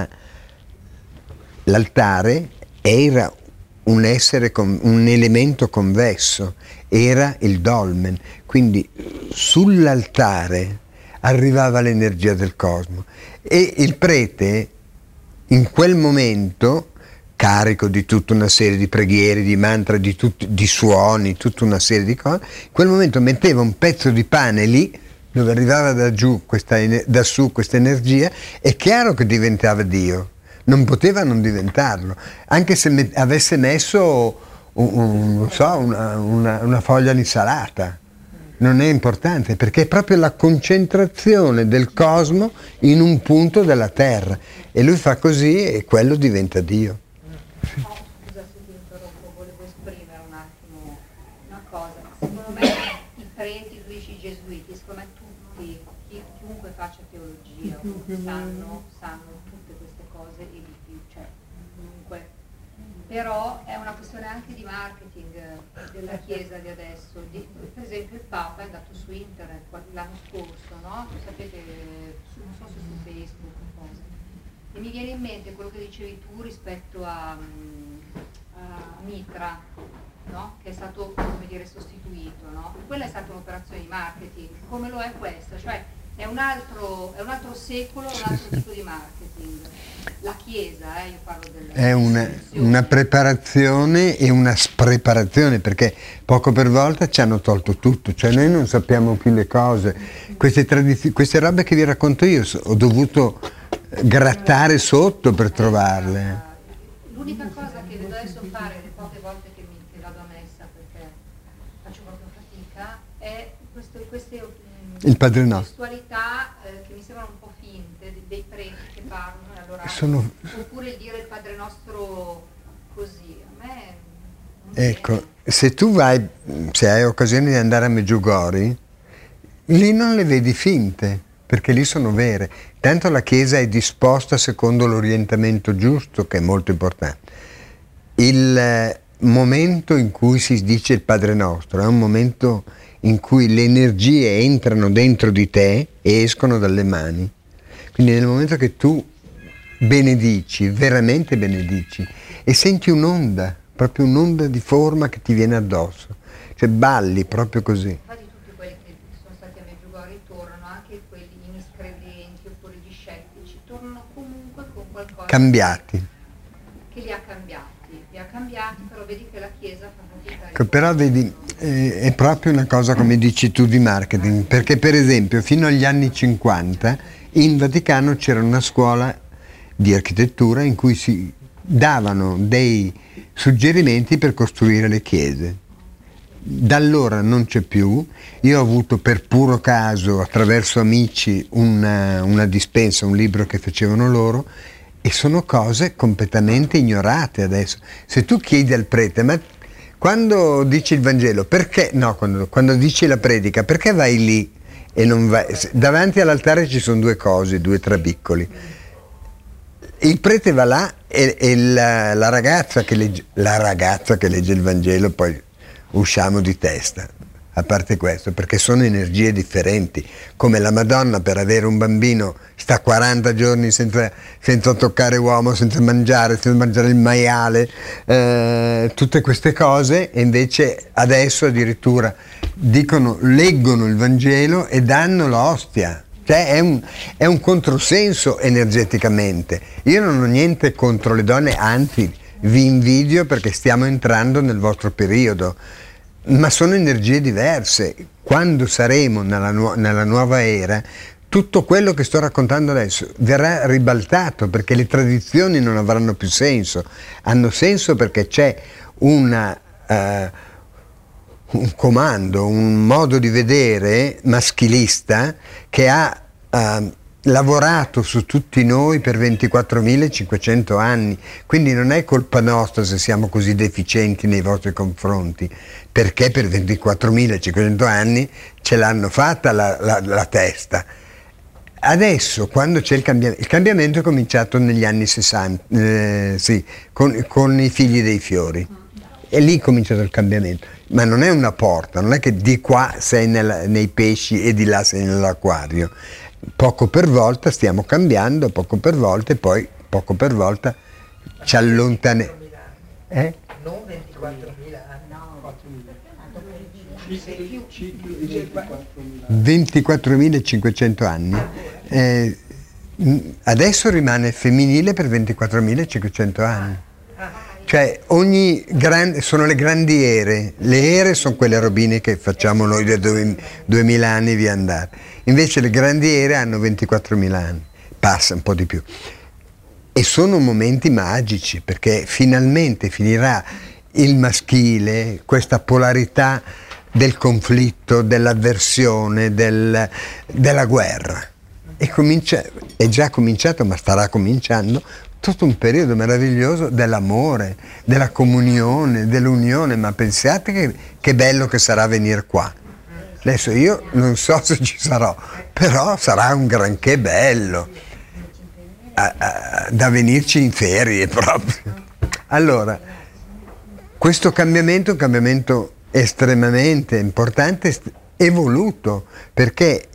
l'altare era un elemento convesso, era il dolmen, quindi sull'altare arrivava l'energia del cosmo e il prete in quel momento, carico di tutta una serie di preghiere, di mantra, di suoni, tutta una serie di cose, in quel momento metteva un pezzo di pane lì dove arrivava da su questa energia, è chiaro che diventava Dio. Non poteva non diventarlo, anche se avesse messo una foglia di insalata. Non è importante, perché è proprio la concentrazione del cosmo in un punto della terra, e lui fa così e quello diventa Dio.
Scusa se ti interrompo, volevo esprimere un attimo una cosa. Secondo me i preti, tu dici i gesuiti, secondo me tutti, chiunque faccia teologia, sanno tutte queste cose e di più, cioè comunque. Però è una questione anche di marketing della Chiesa di adesso. Per esempio il Papa è andato su internet l'anno scorso, no? Sapete, non so se su Facebook o cosa. E mi viene in mente quello che dicevi tu rispetto a Mitra, no? Che è stato, come dire, sostituito, no? Quella è stata un'operazione di marketing, come lo è questa, cioè è un altro secolo, un altro tipo di marketing. La Chiesa, io parlo
è una preparazione e una spreparazione, perché poco per volta ci hanno tolto tutto, cioè noi non sappiamo più le cose. Queste robe che vi racconto io ho dovuto grattare sotto per trovarle.
L'unica cosa che vedo adesso fare le poche volte che vado a messa, perché faccio proprio fatica, è queste gestualità che mi sembrano un po' finte, dei preti che parlano, allora, oppure il dire il Padre Nostro così, a me non
ecco, se hai occasione di andare a Medjugorje, lì non le vedi finte, perché lì sono vere. Tanto la Chiesa è disposta secondo l'orientamento giusto, che è molto importante. Il momento in cui si dice il Padre Nostro è un momento in cui le energie entrano dentro di te e escono dalle mani. Quindi nel momento che tu benedici, veramente benedici, e senti un'onda, proprio un'onda di forma che ti viene addosso, cioè balli proprio così.
Infatti tutti quelli che sono stati a Medjugorje tornano, anche quelli miscredenti oppure gli scettici, tornano comunque con qualcosa
cambiati.
Che li ha cambiati, però vedi che la Chiesa fa fatica.
Però vedi, è proprio una cosa, come dici tu, di marketing, perché per esempio fino agli anni 50 in Vaticano c'era una scuola di architettura in cui si davano dei suggerimenti per costruire le chiese. Da allora non c'è più. Io ho avuto per puro caso, attraverso amici, una dispensa, un libro che facevano loro, e sono cose completamente ignorate adesso. Se tu chiedi al prete, ma quando dici il Vangelo, perché no, quando dici la predica, perché vai lì e non vai? Davanti all'altare ci sono due cose, due trabiccoli. Il prete va là e la ragazza che legge il Vangelo, poi usciamo di testa, a parte questo, perché sono energie differenti, come la Madonna per avere un bambino sta 40 giorni senza toccare uomo, senza mangiare il maiale, tutte queste cose, e invece adesso addirittura leggono il Vangelo e danno l'ostia. Cioè è un controsenso energeticamente. Io non ho niente contro le donne, anzi vi invidio perché stiamo entrando nel vostro periodo, ma sono energie diverse. Quando saremo nella nuova era, tutto quello che sto raccontando adesso verrà ribaltato, perché le tradizioni non avranno più senso. Hanno senso perché c'è un comando, un modo di vedere maschilista che ha lavorato su tutti noi per 24.500 anni, quindi non è colpa nostra se siamo così deficienti nei vostri confronti, perché per 24.500 anni ce l'hanno fatta la testa. Adesso, quando c'è il cambiamento è cominciato negli anni 60, sì, con i figli dei fiori, e lì è cominciato il cambiamento, ma non è una porta, non è che di qua sei nei pesci e di là sei nell'acquario. Poco per volta stiamo cambiando, poco per volta, e poi poco per volta ci allontaniamo.
Non 24.000
anni. 24.500 anni. Adesso rimane femminile per 24.500 anni. Cioè sono le grandi ere. Le ere sono quelle robine che facciamo noi da 2000 anni via andare. Invece le grandi ere hanno 24.000 anni, passa un po' di più. E sono momenti magici, perché finalmente finirà il maschile, questa polarità del conflitto, dell'avversione, della guerra. È già cominciato, ma starà cominciando, tutto un periodo meraviglioso dell'amore, della comunione, dell'unione. Ma pensate che bello che sarà venire qua. Adesso io non so se ci sarò, però sarà un granché bello, da venirci in ferie proprio. Allora, questo cambiamento è un cambiamento estremamente importante e voluto, perché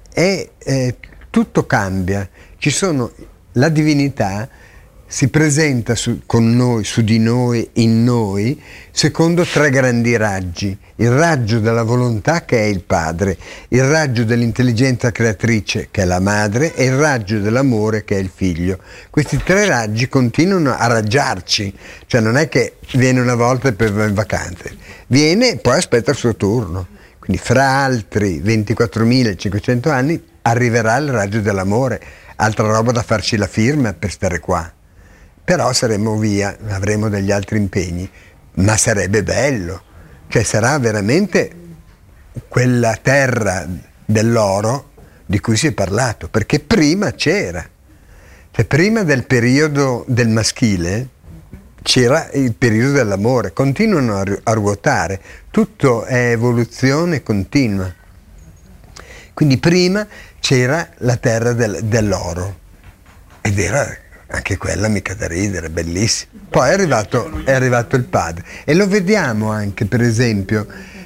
tutto cambia. La divinità si presenta con noi, su di noi, in noi, secondo 3 grandi raggi. Il raggio della volontà, che è il padre, il raggio dell'intelligenza creatrice, che è la madre, e il raggio dell'amore, che è il figlio. Questi 3 raggi continuano a raggiarci, cioè non è che viene una volta e poi va in vacanze, viene e poi aspetta il suo turno. Quindi fra altri 24.500 anni arriverà il raggio dell'amore, altra roba da farci la firma per stare qua. Però saremo via, avremo degli altri impegni, ma sarebbe bello, cioè sarà veramente quella terra dell'oro di cui si è parlato, perché prima c'era, cioè prima del periodo del maschile c'era il periodo dell'amore, continuano a ruotare, tutto è evoluzione continua. Quindi prima c'era la terra dell'oro, ed era anche quella mica da ridere, bellissima. Poi è arrivato il padre, e lo vediamo anche, per esempio,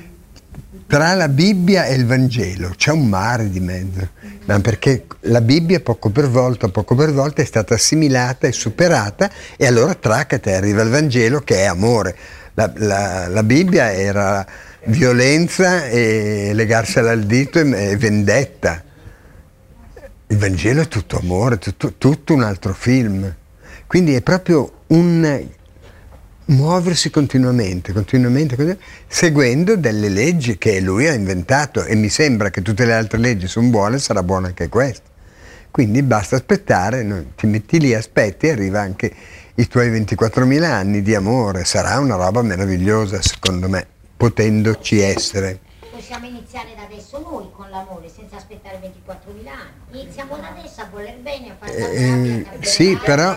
tra la Bibbia e il Vangelo, c'è un mare di mezzo, ma perché la Bibbia poco per volta è stata assimilata e superata, e allora tracate, arriva il Vangelo che è amore. La Bibbia era violenza e legarsela al dito e vendetta. Il Vangelo è tutto amore, tutto un altro film. Quindi è proprio un muoversi continuamente, seguendo delle leggi che lui ha inventato, e mi sembra che tutte le altre leggi sono buone, sarà buona anche questa. Quindi basta aspettare, ti metti lì, aspetti, e arriva anche i tuoi 24.000 anni di amore. Sarà una roba meravigliosa, secondo me, potendoci essere.
Possiamo iniziare da adesso noi con l'amore, senza aspettare 24.000 anni. Iniziamo da adesso a voler bene, a fare
sì, però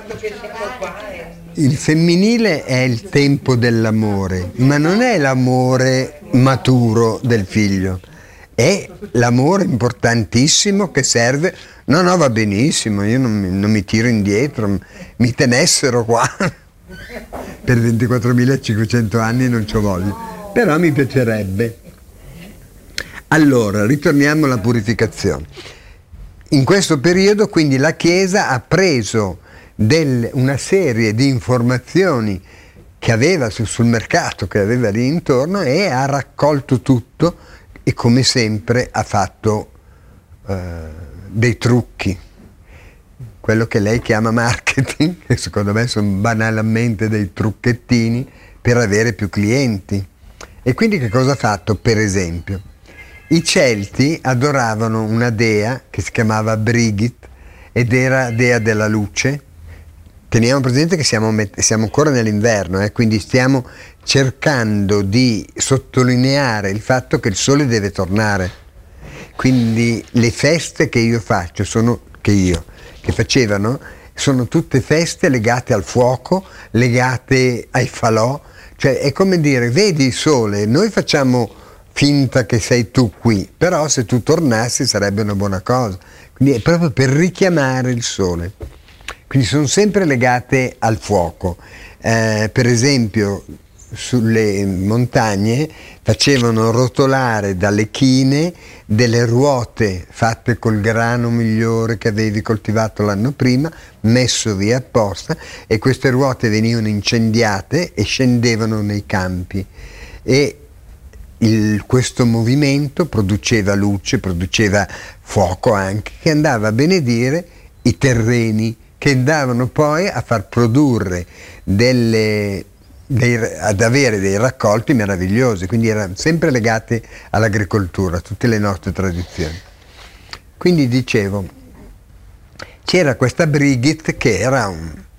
il femminile è il tempo dell'amore, ma non è l'amore maturo del figlio, è l'amore importantissimo che serve. No, va benissimo, io non mi tiro indietro, mi tenessero qua per 24.500 anni, non ci voglio, però mi piacerebbe. Allora, ritorniamo alla purificazione. In questo periodo, quindi, la Chiesa ha preso una serie di informazioni che aveva sul mercato, che aveva lì intorno, e ha raccolto tutto, e come sempre ha fatto dei trucchi. Quello che lei chiama marketing, che secondo me sono banalmente dei trucchettini per avere più clienti. E quindi che cosa ha fatto, per esempio? I Celti adoravano una dea che si chiamava Brigit ed era dea della luce. Teniamo presente che siamo ancora nell'inverno, quindi stiamo cercando di sottolineare il fatto che il sole deve tornare. Quindi le feste che io faccio, che facevano, sono tutte feste legate al fuoco, legate ai falò, cioè è come dire, vedi il sole, noi facciamo finta che sei tu qui, però se tu tornassi sarebbe una buona cosa. Quindi è proprio per richiamare il sole. Quindi sono sempre legate al fuoco. Per esempio sulle montagne facevano rotolare dalle chine delle ruote fatte col grano migliore che avevi coltivato l'anno prima, messo via apposta, e queste ruote venivano incendiate e scendevano nei campi. E questo movimento produceva luce, produceva fuoco anche, che andava a benedire i terreni, che andavano poi a far produrre ad avere dei raccolti meravigliosi, quindi erano sempre legati all'agricoltura, tutte le nostre tradizioni. Quindi dicevo, c'era questa Brigit che era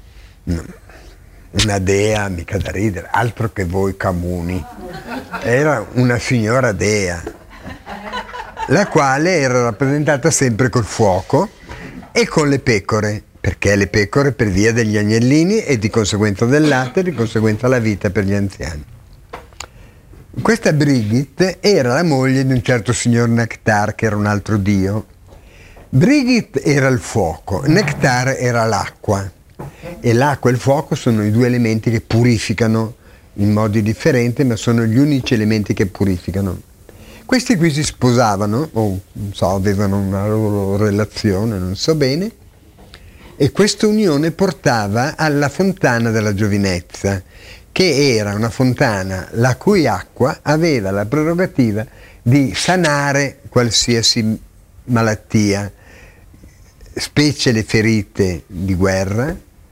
una dea, mica da ridere, altro che voi comuni, era una signora dea, la quale era rappresentata sempre col fuoco e con le pecore, perché le pecore per via degli agnellini e di conseguenza del latte, di conseguenza la vita per gli anziani. Questa Brigit era la moglie di un certo signor Nectar, che era un altro dio. Brigit era il fuoco, Nectar era l'acqua, e l'acqua e il fuoco sono i due elementi che purificano in modi differenti, ma sono gli unici elementi che purificano. Questi qui si sposavano, o non so, avevano una loro relazione, non so bene, e questa unione portava alla fontana della giovinezza, che era una fontana la cui acqua aveva la prerogativa di sanare qualsiasi malattia, specie le ferite di guerra,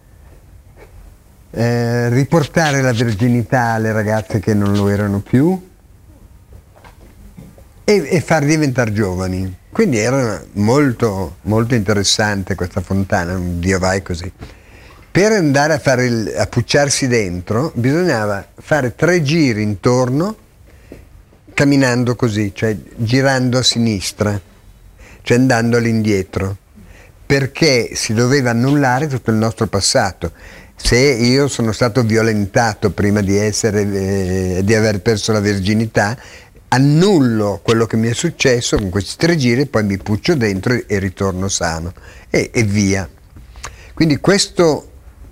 riportare la verginità alle ragazze che non lo erano più e far diventare giovani. Quindi era molto, molto interessante questa fontana, un Dio vai così. Per andare a pucciarsi dentro bisognava fare 3 giri intorno camminando così, cioè girando a sinistra, cioè andando all'indietro, perché si doveva annullare tutto il nostro passato. Se io sono stato violentato prima di aver perso la verginità, annullo quello che mi è successo con questi 3 giri, poi mi puccio dentro e ritorno sano e via. Quindi questo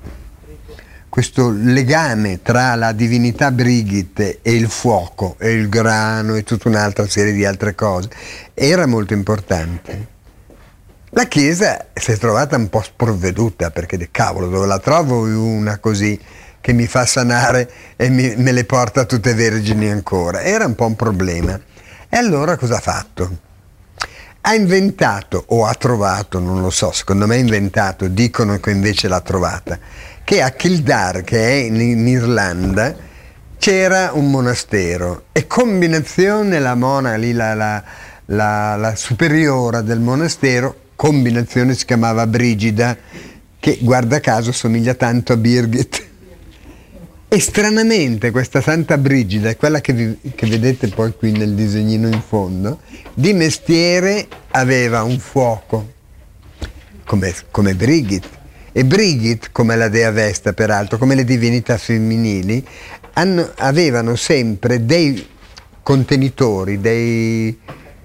legame tra la divinità Brigit e il fuoco e il grano e tutta un'altra serie di altre cose era molto importante. La Chiesa si è trovata un po' sprovveduta, perché cavolo, dove la trovo una così che mi fa sanare e me le porta tutte vergini ancora? Era un po' un problema. E allora cosa ha fatto? Ha inventato, o ha trovato, non lo so, secondo me ha inventato, dicono che invece l'ha trovata, che a Kildare, che è in Irlanda, c'era un monastero, e combinazione la mona lì, la superiora del monastero, combinazione si chiamava Brigida, che guarda caso somiglia tanto a Birgit. E stranamente questa Santa Brigida, è quella che vedete poi qui nel disegnino in fondo, di mestiere aveva un fuoco, come Brigit. E Brigit, come la dea Vesta peraltro, come le divinità femminili, avevano sempre dei contenitori, dei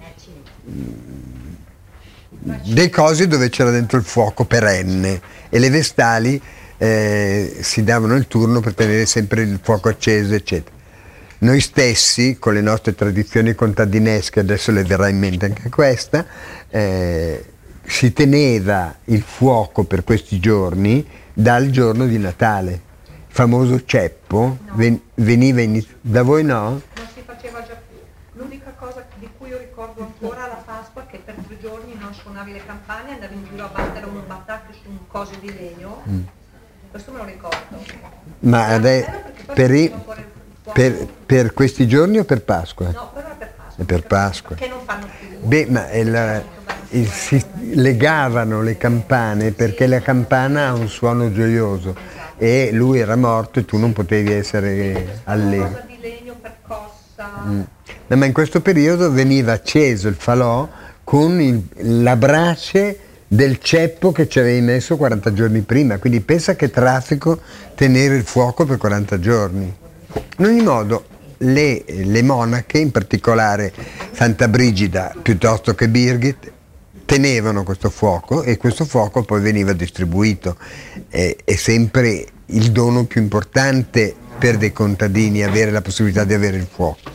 cosi dove c'era dentro il fuoco perenne, e le vestali si davano il turno per tenere sempre il fuoco acceso, eccetera. Noi stessi, con le nostre tradizioni contadinesche, adesso le verrà in mente anche questa, si teneva il fuoco per questi giorni dal giorno di Natale. Il famoso ceppo veniva da voi no?
Non si faceva già più. L'unica cosa di cui io ricordo ancora la Pasqua, che per 3 giorni non suonavi le campane, andavi in giro a battere un battacchio su un coso di legno. Questo me lo ricordo.
Ma per questi giorni o per Pasqua?
No, quello era per Pasqua.
e per Pasqua.
Che non fanno più.
Beh, ma si legavano le campane perché la campana ha un suono gioioso e lui era morto e tu non potevi essere allegro.
Cosa di legno percossa.
No, ma in questo periodo veniva acceso il falò con la brace del ceppo che ci avevi messo 40 giorni prima, quindi pensa che traffico tenere il fuoco per 40 giorni. In ogni modo le monache, in particolare Santa Brigida piuttosto che Birgit, tenevano questo fuoco e questo fuoco poi veniva distribuito. È sempre il dono più importante per dei contadini, avere la possibilità di avere il fuoco.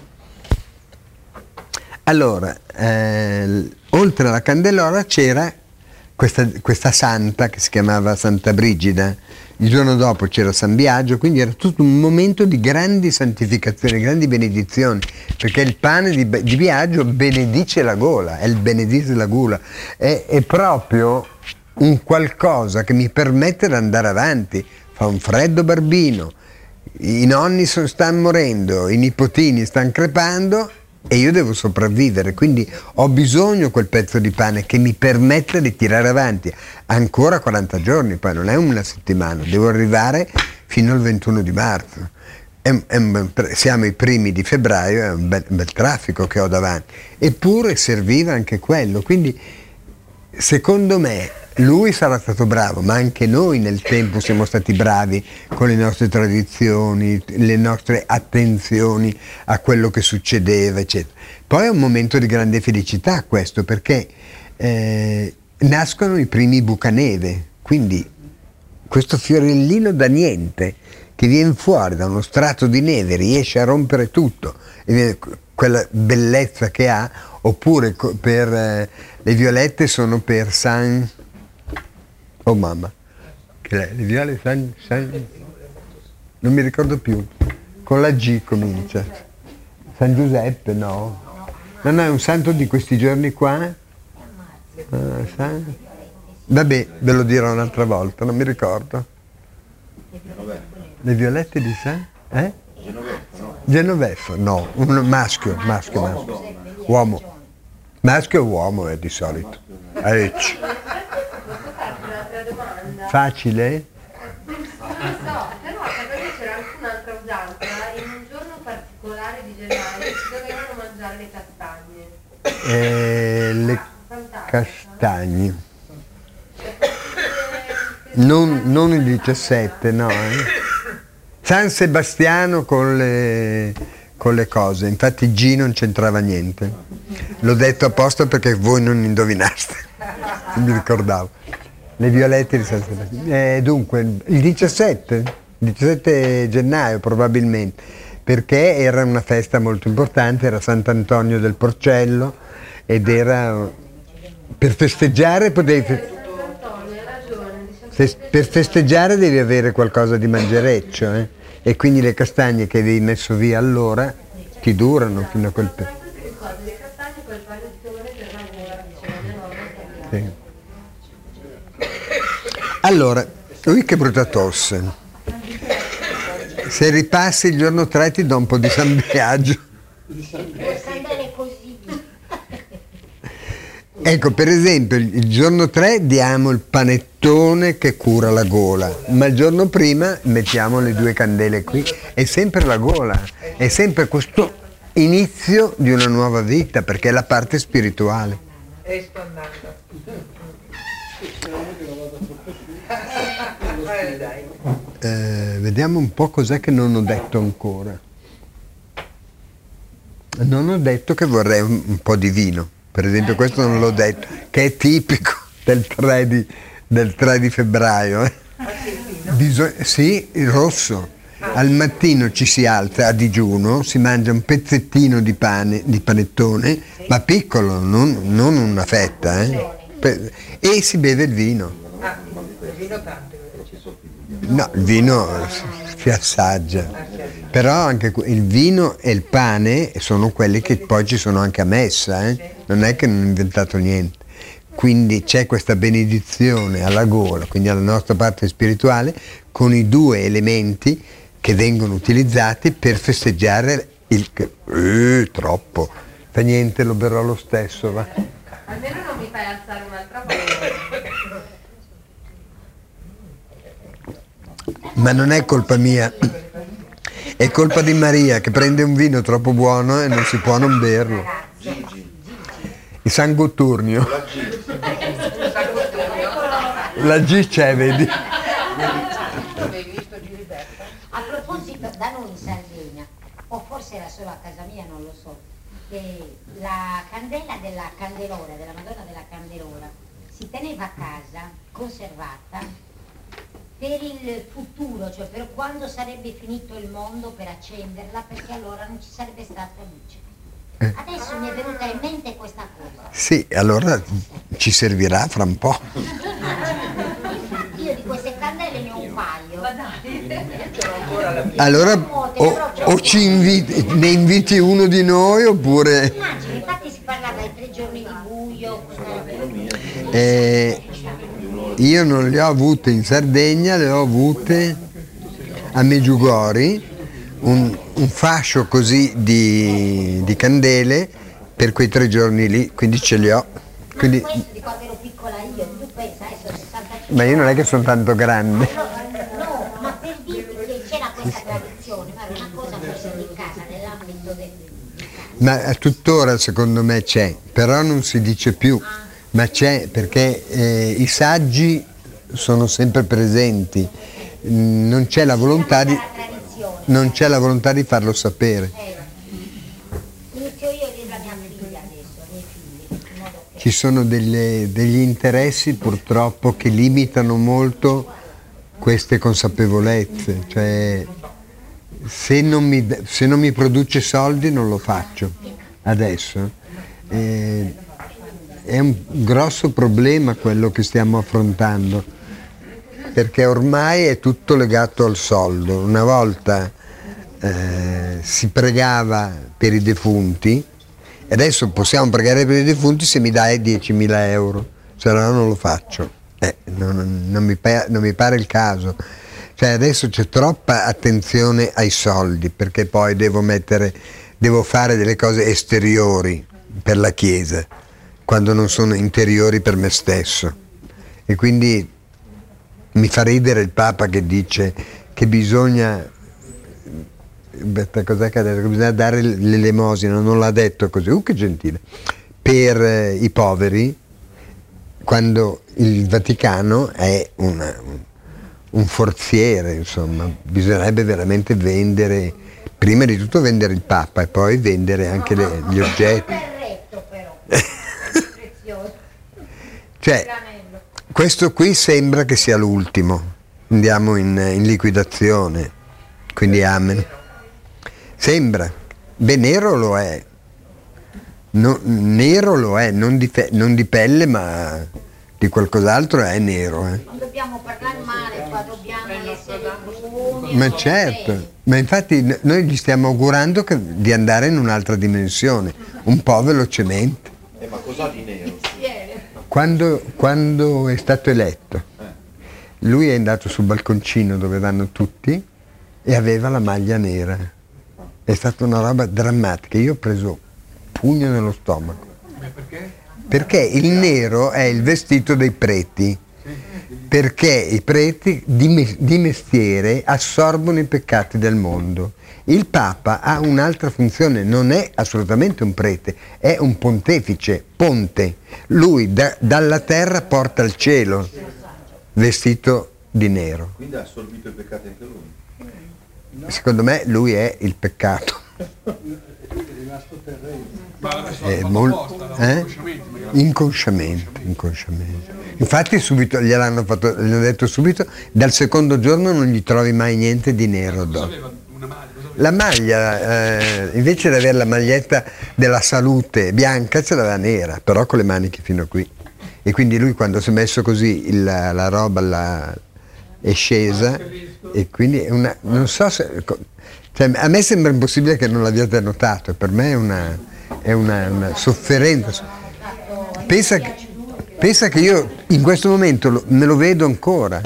Allora, oltre alla candelora c'era questa santa che si chiamava Santa Brigida, il giorno dopo c'era San Biagio, quindi era tutto un momento di grandi santificazioni, grandi benedizioni, perché il pane di Biagio benedice la gola, è il benedice la gola, è proprio un qualcosa che mi permette di andare avanti. Fa un freddo barbino, i nonni stanno morendo, i nipotini stanno crepando e io devo sopravvivere, quindi ho bisogno di quel pezzo di pane che mi permette di tirare avanti ancora 40 giorni, poi non è una settimana, devo arrivare fino al 21 di marzo. Siamo i primi di febbraio, è un bel traffico che ho davanti, eppure serviva anche quello, quindi secondo me lui sarà stato bravo, ma anche noi nel tempo siamo stati bravi con le nostre tradizioni, le nostre attenzioni a quello che succedeva, eccetera. Poi è un momento di grande felicità questo, perché nascono i primi bucaneve, quindi questo fiorellino da niente che viene fuori da uno strato di neve, riesce a rompere tutto, e quella bellezza che ha, oppure per le violette sono per San... Oh mamma, le viole San... non mi ricordo più, con la G comincia. San Giuseppe, no? No, è un santo di questi giorni qua? Vabbè, ve lo dirò un'altra volta, non mi ricordo. Le violette di San? Genovefo, no, un maschio. Uomo. Maschio o uomo è di solito. Facile?
Non so, però perché c'era anche un'altra usanza, in un giorno particolare di gennaio si dovevano mangiare le castagne.
Le castagne. Non il 17, no. San Sebastiano con le cose, infatti G non c'entrava niente. L'ho detto apposta perché voi non indovinaste, non mi ricordavo. Le violette di San Sebastiano. Dunque, il 17 gennaio probabilmente, perché era una festa molto importante, era Sant'Antonio del Porcello ed era per festeggiare per festeggiare devi avere qualcosa di mangereccio, e quindi le castagne che avevi messo via allora ti durano fino a quel punto. Sì. Allora, che brutta tosse. Se ripassi il giorno 3 ti do un po' di San Biagio. Ecco, per esempio, il giorno 3 diamo il panettone che cura la gola, ma il giorno prima mettiamo le 2 candele qui, è sempre la gola, è sempre questo inizio di una nuova vita, perché è la parte spirituale.
E sto andando.
Vediamo un po' cos'è che non ho detto ancora. Non ho detto che vorrei un po' di vino. Per esempio questo non l'ho detto, che è tipico del 3 di febbraio. Sì, il rosso. Al mattino ci si alza a digiuno, si mangia un pezzettino di pane, di panettone, ma piccolo, non una fetta, e si beve il vino.
Il vino tanto.
No, il vino si assaggia, però anche il vino e il pane sono quelli che poi ci sono anche a messa, non è che non ho inventato niente. Quindi c'è questa benedizione alla gola, quindi alla nostra parte spirituale, con i 2 elementi che vengono utilizzati per festeggiare troppo, Fa niente, lo berrò lo stesso, va.
Almeno non mi fai alzare un'altra volta.
Ma non è colpa mia, è colpa di Maria che prende un vino troppo buono e non si può non berlo. Il San Gotturnio. La G c'è, vedi?
A proposito, da noi in Sardegna, o forse era solo a casa mia, non lo so, che la candela della Candelora, della Madonna della Candelora, si teneva a casa, conservata, per il futuro, cioè per quando sarebbe finito il mondo, per accenderla, perché allora non ci sarebbe stata luce. Adesso mi è venuta in mente questa cosa.
Sì, allora ci servirà fra un po'.
Io di queste candele ne ho un paio.
Allora o ne inviti uno di noi oppure...
Immagini, infatti si parlava di 3 giorni di buio.
Io non le ho avute in Sardegna, le ho avute a Meggiugori, un fascio così di candele per quei 3 giorni lì, quindi ce li ho. Quindi,
Questo di quando ero piccola io, tu pensa, adesso 65
ma io non è che sono tanto grande.
No, ma per dirti che c'era questa tradizione, ma era una cosa forse di casa, nell'ambito del...
Ma tuttora secondo me c'è, però non si dice più, ma c'è perché i saggi sono sempre presenti, non c'è la volontà di, non c'è la volontà di farlo sapere.
Inizio io dietro la mia figlia adesso, ai miei figli, in modo che...
Ci sono degli interessi purtroppo che limitano molto queste consapevolezze, cioè se non mi produce soldi non lo faccio adesso. È un grosso problema quello che stiamo affrontando, perché ormai è tutto legato al soldo. Una volta si pregava per i defunti, e adesso possiamo pregare per i defunti se mi dai 10.000 euro, se no non lo faccio. Non mi pare il caso. Cioè adesso c'è troppa attenzione ai soldi, perché poi devo fare delle cose esteriori per la Chiesa, quando non sono interiori per me stesso. E quindi mi fa ridere il Papa che dice che bisogna dare l'elemosina, non l'ha detto così, che gentile, per i poveri, quando il Vaticano è un forziere, insomma. Bisognerebbe veramente vendere, prima di tutto vendere il Papa e poi vendere anche gli oggetti. Cioè, questo qui sembra che sia l'ultimo, andiamo in liquidazione, quindi amen. Sembra, beh, nero lo è, nero lo è, non di pelle ma di qualcos'altro è nero.
Non dobbiamo parlare male, qua dobbiamo essere buoni.
Ma certo, ma infatti noi gli stiamo augurando di andare in un'altra dimensione, un po' velocemente.
Ma cos'ha di nero?
Quando è stato eletto, lui è andato sul balconcino dove vanno tutti e aveva la maglia nera. È stata una roba drammatica, io ho preso pugno nello stomaco. Perché il nero è il vestito dei preti, perché i preti di mestiere assorbono i peccati del mondo. Il Papa ha un'altra funzione, non è assolutamente un prete, è un pontefice, ponte. Lui dalla terra porta al cielo, vestito di nero.
Quindi ha assorbito i peccati anche lui?
Secondo me lui è il peccato. Inconsciamente. Infatti subito gliel'hanno detto subito, dal secondo giorno non gli trovi mai niente di nero addosso. La maglia, invece di avere la maglietta della salute bianca, ce l'aveva nera, però con le maniche fino qui. E quindi lui quando si è messo così la roba è scesa, e quindi è non so se... Cioè, a me sembra impossibile che non l'abbiate notato, per me è una sofferenza. Pensa che io in questo momento me lo vedo ancora.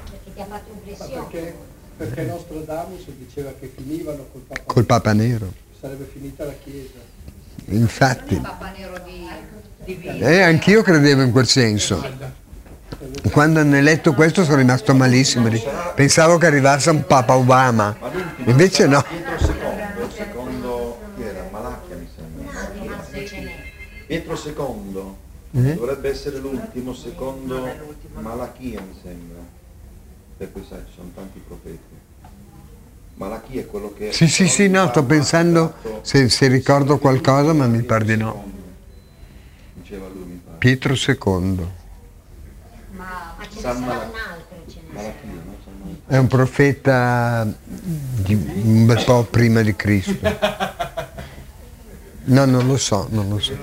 Perché Nostradamus diceva che finivano col Papa
Nero.
Sarebbe finita la Chiesa.
infatti.
Papa Nero di vita.
Anch'io credevo in quel senso. Quando hanno eletto questo sono rimasto malissimo. Pensavo che arrivasse un Papa Obama. Invece no.
Pietro II, secondo chi era? Malacchia mi sembra. Pietro II dovrebbe essere l'ultimo secondo Malachia mi sembra. Per cui sai, ci sono tanti profeti. Malachia è quello che...
Sì, no, sto pensando se ricordo qualcosa, ma mi pare di no.
Diceva lui, mi pare.
Pietro II.
Ma ce ne
San
sarà
Mal-
un altro, ce ne sarà.
Malachia, no? San Malachia.
È un profeta di un bel po' prima di Cristo. No, non lo so. In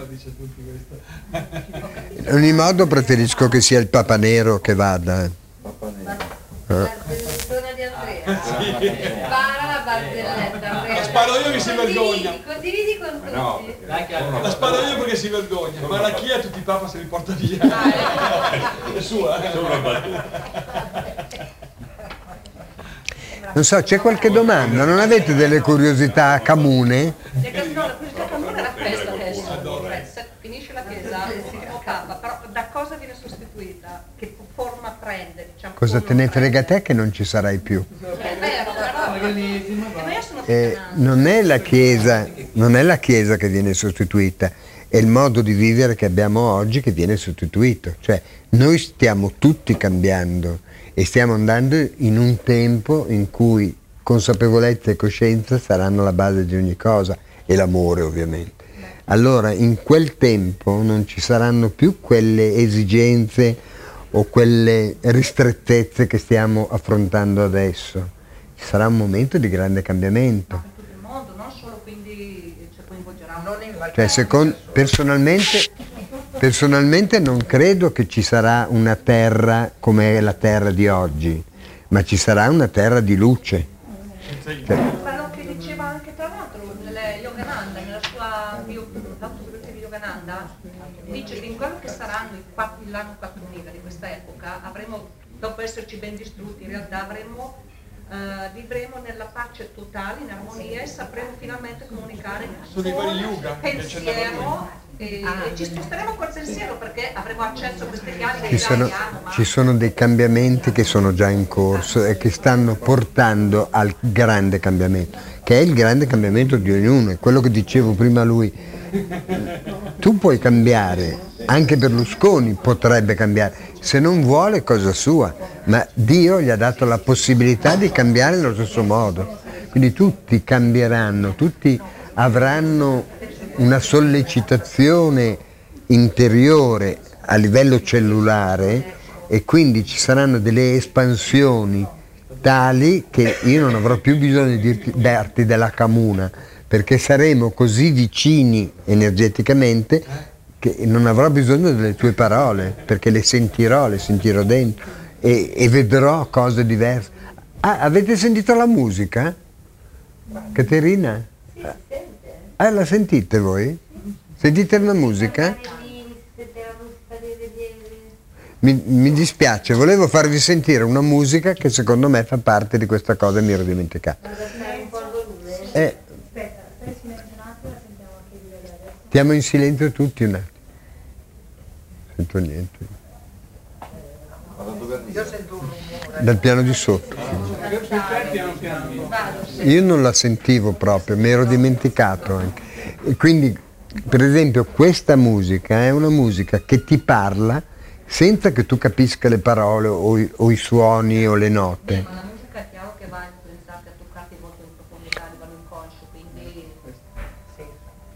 ogni modo preferisco che sia il Papa Nero che vada.
Papa Nero.
La persona di Andrea. Spara la barzelletta, Andrea.
La sparo io che si vergogna.
Condividi con tutti.
La sparo io perché si vergogna. Malachia tutti i papa se li porta via. È sua,
Non so, c'è qualche domanda? Non avete delle curiosità comune?
La curiosità comune era questa adesso. Finisce la chiesa, o Papa, però da cosa viene sostituita? Che forma prende? Diciamo,
Cosa te ne frega te che non ci sarai più?
È vero, però io sono
Non è la Chiesa che viene sostituita, è il modo di vivere che abbiamo oggi che viene sostituito. Cioè, noi stiamo tutti cambiando e stiamo andando in un tempo in cui consapevolezza e coscienza saranno la base di ogni cosa, e l'amore ovviamente. Allora in quel tempo non ci saranno più quelle esigenze o quelle ristrettezze che stiamo affrontando adesso. Ci sarà un momento di grande cambiamento.
per tutto il mondo, non solo quindi coinvolgerà.
Non in
Cioè, personalmente non credo che ci sarà una terra come è la terra di oggi, ma ci sarà una terra di luce.
Quello che diceva anche tra l'altro Yogananda, nella sua autobiografia di Yogananda, dice che in quello che saranno l'anno 4000 di questa epoca, avremo, dopo esserci ben distrutti, in realtà vivremo nella pace totale, in armonia, e sapremo finalmente comunicare
Sono i vari yuga che ci
pensiero e ci sposteremo col pensiero perché avremo accesso a queste chiavi che già abbiamo.
Ci sono dei cambiamenti che sono già in corso e che stanno portando al grande cambiamento, che è il grande cambiamento di ognuno. È quello che dicevo prima a lui. Tu puoi cambiare, anche Berlusconi potrebbe cambiare, se non vuole è cosa sua, ma Dio gli ha dato la possibilità di cambiare nello stesso modo. Quindi tutti cambieranno, tutti avranno una sollecitazione interiore a livello cellulare, e quindi ci saranno delle espansioni tali che io non avrò più bisogno di darti della camuna, perché saremo così vicini energeticamente che non avrò bisogno delle tue parole, perché le sentirò dentro e vedrò cose diverse. Ah, avete sentito la musica? Caterina? Ah, la sentite voi? Sentite la musica? Mi dispiace, volevo farvi sentire una musica che secondo me fa parte di questa cosa e mi ero dimenticato. Stiamo in silenzio tutti un attimo. Sento niente.
Io sento un rumore.
Dal piano di sotto. Io non la sentivo proprio, mi ero dimenticato anche. E quindi, per esempio, questa musica è una musica che ti parla senza che tu capisca le parole o i suoni o le note.
Ma la musica è chiaro che va a influenzarti, a toccarti molto in profondità a livello inconscio, quindi
Sì.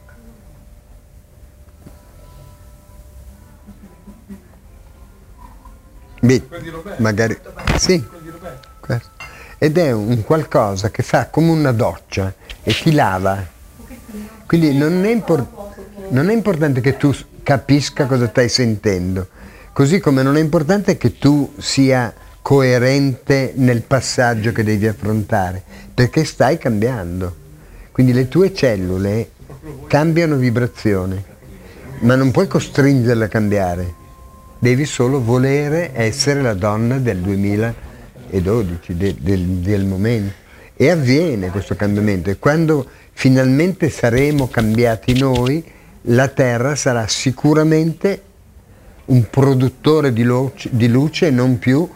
Beh,
Quello di Roberto.
magari sì,
Quello di Roberto.
questo. Ed è un qualcosa che fa come una doccia e ti lava. Quindi non è importante che tu capisca cosa stai sentendo, così come non è importante che tu sia coerente nel passaggio che devi affrontare, perché stai cambiando. Quindi le tue cellule cambiano vibrazione, ma non puoi costringerle a cambiare, devi solo volere essere la donna del 2012, del momento. E avviene questo cambiamento, e quando finalmente saremo cambiati noi, la Terra sarà sicuramente un produttore di luce e non più.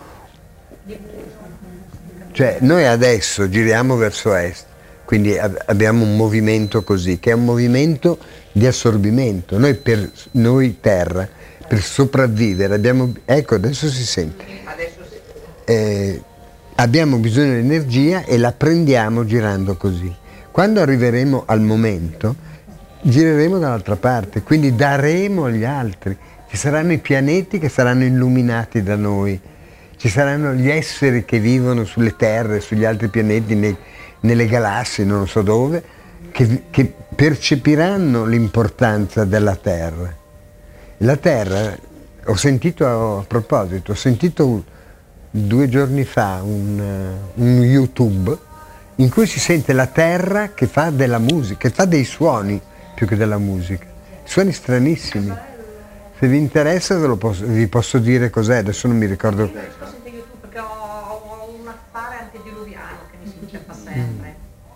Cioè noi adesso giriamo verso est, quindi abbiamo un movimento così, che è un movimento di assorbimento. Noi Terra, per sopravvivere, ecco adesso si sente, abbiamo bisogno di energia e la prendiamo girando così. Quando arriveremo al momento, gireremo dall'altra parte, quindi daremo agli altri. Ci saranno i pianeti che saranno illuminati da noi, ci saranno gli esseri che vivono sulle terre, sugli altri pianeti, nelle galassie, non so dove, che percepiranno l'importanza della Terra. La Terra, ho sentito 2 giorni fa un YouTube in cui si sente la Terra che fa della musica, che fa dei suoni più che della musica, suoni stranissimi. Se vi interessa vi posso dire cos'è, adesso non mi ricordo.
Io sento YouTube perché ho un affare antediluviano che mi si inceppa sempre.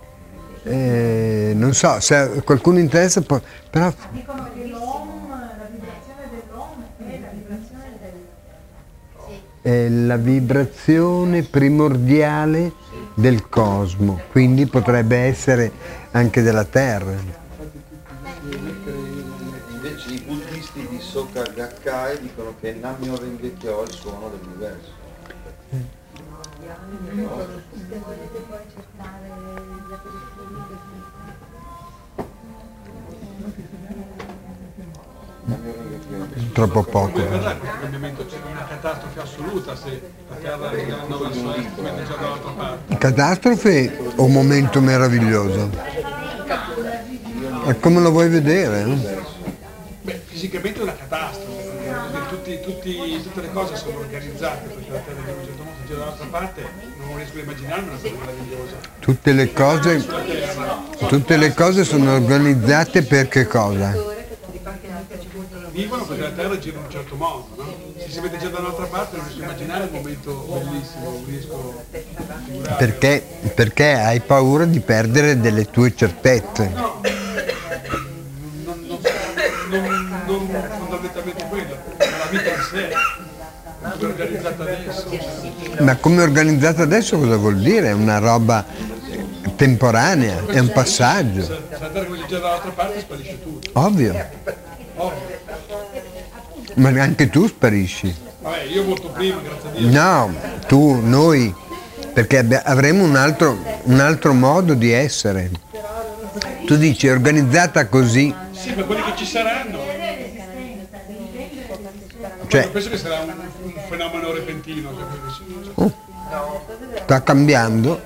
Non so, se a qualcuno interessa, però.
Dicono che l'OM, la vibrazione dell'OM è la vibrazione del...
È la vibrazione primordiale del cosmo, quindi potrebbe essere anche della Terra.
Invece i buddisti di Soka Gakkai dicono che Nam-myoho Renge Kyo è il suono dell'universo.
Troppo poco.
Come verrà questo cambiamento? C'è una catastrofe assoluta se la Terra andando verso est, mentre già dall'altra parte.
Catastrofe o momento meraviglioso? E come lo vuoi vedere?
Beh, fisicamente è una catastrofe, tutte le cose sono organizzate perché la Terra in un certo modo gira dall'altra parte, non riesco a immaginarmi una cosa meravigliosa.
Tutte le cose sono organizzate per che cosa?
Vivono perché la Terra gira in un certo modo, no? Se si vede già dall'altra parte non riesco a immaginare un momento bellissimo, non riesco a figurare.
Perché hai paura di perdere delle tue certezze.
No, non fondamentalmente quello, ma la vita in sé, come è organizzata adesso.
Ma come è organizzata adesso cosa vuol dire? È una roba temporanea, è un passaggio.
Se la Terra come gira dall'altra parte sparisce tutto.
Ovvio.
Ovvio.
Ma anche tu sparisci.
Vabbè, io molto prima, grazie a Dio.
No, noi, perché avremo un altro modo di essere. Tu dici, è organizzata così.
Sì, ma quelli che ci saranno.
Cioè,
Penso che sarà un fenomeno repentino.
sta cambiando.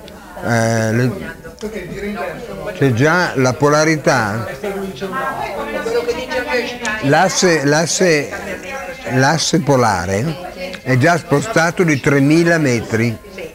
C'è già la polarità. L'asse polare è già spostato di 3000 metri.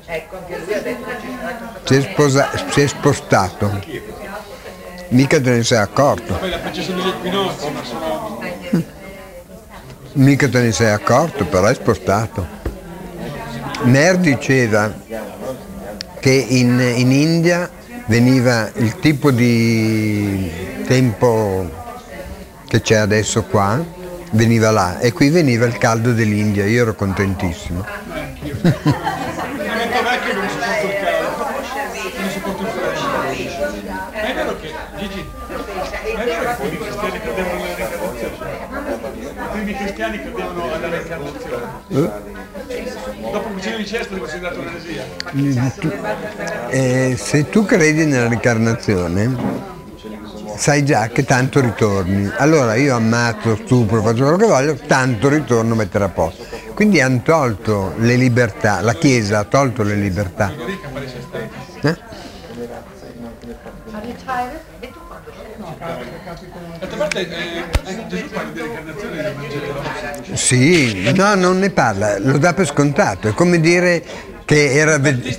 Si è spostato. Mica te ne sei accorto.
Poi la precisione degli equinozi, ma sono...
Mica te ne sei accorto, però è spostato. Mer diceva che in India veniva il tipo di tempo che c'è adesso qua, veniva là, e qui veniva il caldo dell'India, io ero contentissimo.
Divento vecchio e non sopporto il caldo, non sopporto il freddo. Ma è vero che, Gigi, ma è vero che i cristiani credevano nella reincarnazione? I primi cristiani credevano alla reincarnazione. Dopo Cucino di Cesta è considerato un'eresia.
Se tu credi nella reincarnazione, sai già che tanto ritorni. Allora io ammazzo, stupro, faccio quello che voglio, tanto ritorno a mettere a posto. Quindi hanno tolto le libertà, la Chiesa ha tolto le libertà.
D'altra parte, anche Gesù parla di reincarnazione nel Vangelo.
Sì, no, non ne parla, lo dà per scontato, è come dire che era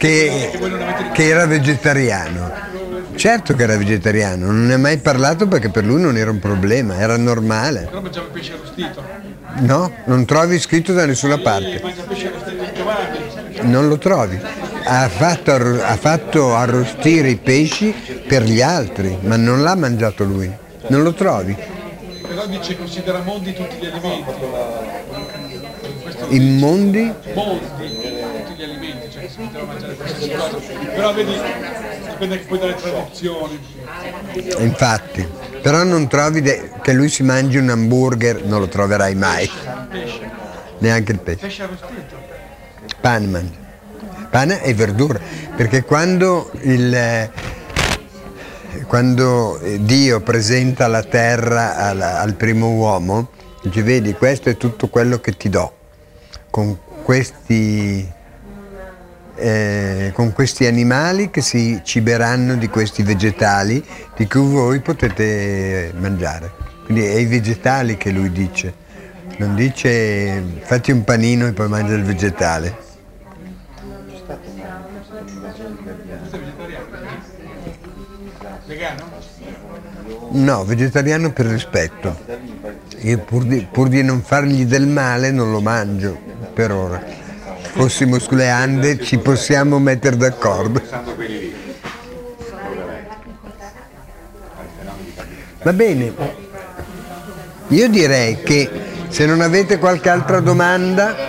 vegetariano. Certo che era vegetariano, non ne ha mai parlato perché per lui non era un problema, era normale.
Però mangiava pesce arrostito.
No, non trovi scritto da nessuna parte.
Mangia pesce arrostito in Giovanni.
Non lo trovi. Ha fatto arrostire i pesci per gli altri, ma non l'ha mangiato lui. Non lo trovi.
Però dice considera mondi tutti gli alimenti.
Immondi?
Mondi, tutti gli alimenti, cioè che si poteva mangiare qualsiasi cosa. Però vedi, dipende anche poi dalle tradizioni.
Infatti, però non trovi che lui si mangi un hamburger, non lo troverai mai.
Pesce.
Neanche il pesce.
Pesce arrostito.
Pane mangia. Pane e verdura, perché quando Dio presenta la terra al primo uomo, dice: vedi, questo è tutto quello che ti do, con questi animali che si ciberanno di questi vegetali di cui voi potete mangiare. Quindi è i vegetali che lui dice, non dice fatti un panino e poi mangia il vegetale.
Vegano?
No, vegetariano per rispetto. Io pur di non fargli del male non lo mangio per ora. Fossimo sulle Ande ci possiamo mettere d'accordo. Va bene. Io direi che se non avete qualche altra domanda.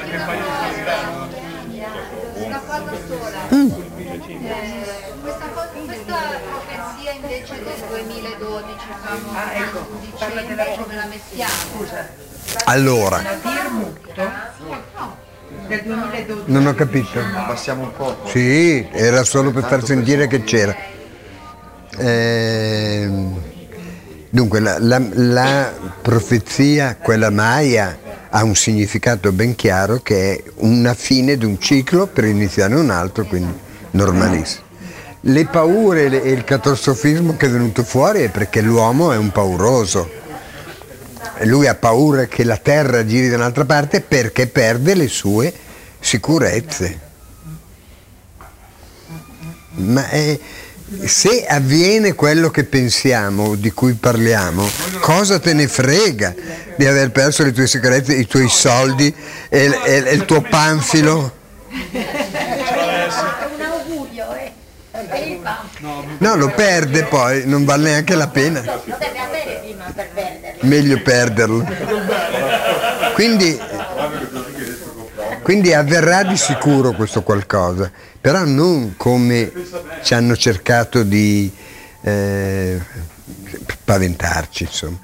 Parla della profezia.
Allora,
Del 2012.
non ho capito.
Passiamo un po'.
Sì, era solo per far sentire che c'era. Dunque, la profezia, quella Maya, ha un significato ben chiaro, che è una fine di un ciclo per iniziare un altro, quindi normalissimo. Le paure e il catastrofismo che è venuto fuori è perché l'uomo è un pauroso. Lui ha paura che la terra giri da un'altra parte perché perde le sue sicurezze. Ma se avviene quello che pensiamo, di cui parliamo, cosa te ne frega di aver perso le tue sicurezze, i tuoi soldi e il tuo panfilo? No, lo perde poi, non vale neanche la pena.
Lo deve avere prima per perderlo.
Meglio perderlo. Quindi avverrà di sicuro questo qualcosa, però non come ci hanno cercato di spaventarci, insomma.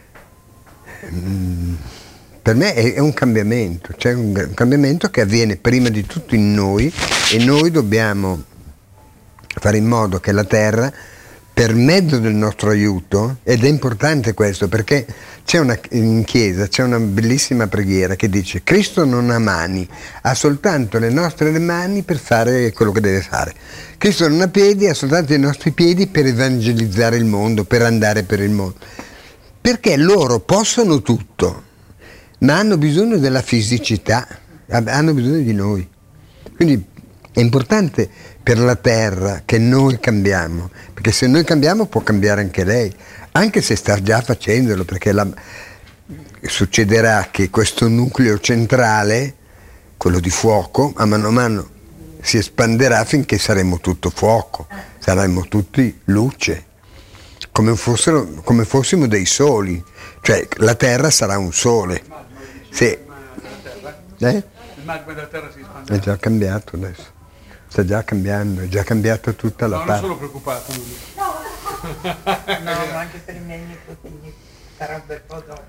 Per me è un cambiamento, c'è un cambiamento che avviene prima di tutto in noi e noi dobbiamo fare in modo che la terra, per mezzo del nostro aiuto, ed è importante questo perché in chiesa c'è una bellissima preghiera che dice: Cristo non ha mani, ha soltanto le nostre mani per fare quello che deve fare. Cristo non ha piedi, ha soltanto i nostri piedi per evangelizzare il mondo, per andare per il mondo. Perché loro possono tutto, ma hanno bisogno della fisicità, hanno bisogno di noi. Quindi è importante per la terra che noi cambiamo, perché se noi cambiamo può cambiare anche lei, anche se sta già facendolo, perché succederà che questo nucleo centrale, quello di fuoco, a mano si espanderà finché saremo tutto fuoco, saremo tutti luce, come fossimo dei soli, cioè la terra sarà un sole. Il
magma della terra si espande.
È già cambiato adesso. Sta già cambiando, è già cambiata tutta la parte.
Non sono preoccupato.
No, ma anche per i miei nipotini sarà un bel po' dopo.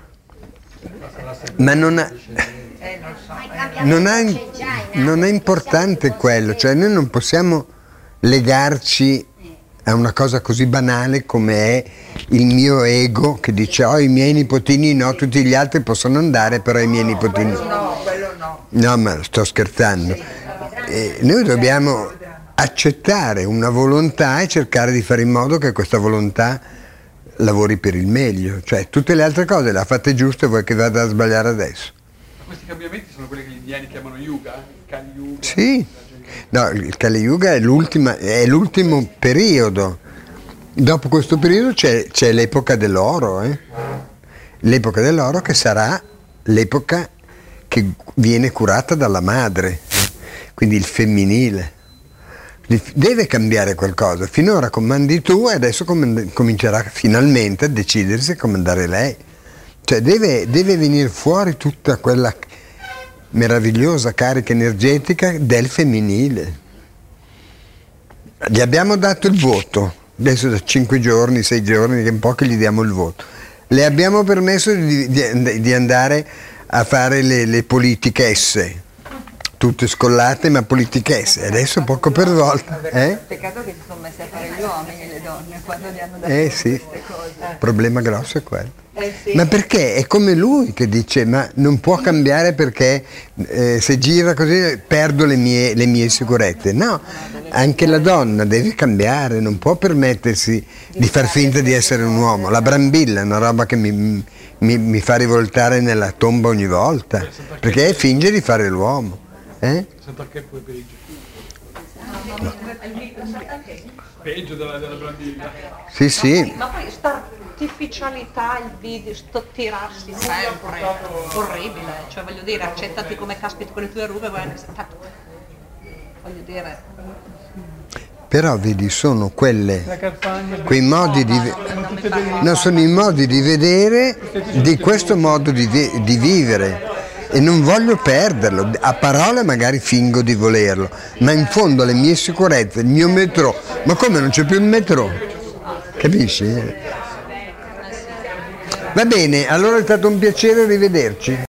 Ma non
Non so.
non è importante quello, cioè noi non possiamo legarci a una cosa così banale come è il mio ego che dice: oh, i miei nipotini no, tutti gli altri possono andare, però i miei nipotini
No, quello no.
no, ma sto scherzando. Noi dobbiamo accettare una volontà e cercare di fare in modo che questa volontà lavori per il meglio, cioè tutte le altre cose le ha fatte giuste, vuoi che vada a sbagliare adesso?
Questi cambiamenti sono quelli che gli indiani chiamano Yuga, Kali Yuga.
Sì, no, il Kali Yuga è l'ultimo periodo. Dopo questo periodo c'è l'epoca dell'oro, l'epoca dell'oro che sarà l'epoca che viene curata dalla madre, quindi il femminile. Deve cambiare qualcosa. Finora comandi tu e adesso comincerà finalmente a decidersi a comandare lei. Cioè deve venire fuori tutta quella meravigliosa carica energetica del femminile. Gli abbiamo dato il voto, adesso da 5 giorni, 6 giorni, che è un po' che gli diamo il voto. Le abbiamo permesso di andare a fare le politichesse, tutte scollate ma politichesse, adesso poco per volta.
Peccato che si sono messi a fare gli uomini e le donne quando gli hanno dato
Sì,
queste cose.
il problema grosso è quello.
Sì.
Ma perché? È come lui che dice, ma non può cambiare perché se gira così perdo le mie sicurezze. No, anche la donna deve cambiare, non può permettersi di far finta di essere un uomo. La brambilla è una roba che mi fa rivoltare nella tomba ogni volta, perché finge di fare l'uomo.
Senta che poi peggio. Peggio della brambilla.
Sì.
Ma poi sta artificialità, il video, sto tirarsi sempre, orribile, cioè voglio dire, accettati come caspita con le tue rube, voglio dire.
Però vedi, sono quei modi sono i modi di vedere di questo modo di vivere. E non voglio perderlo, a parole magari fingo di volerlo, ma in fondo le mie sicurezze, il mio metro, ma come non c'è più il metro? Capisci? Va bene, allora è stato un piacere rivederci.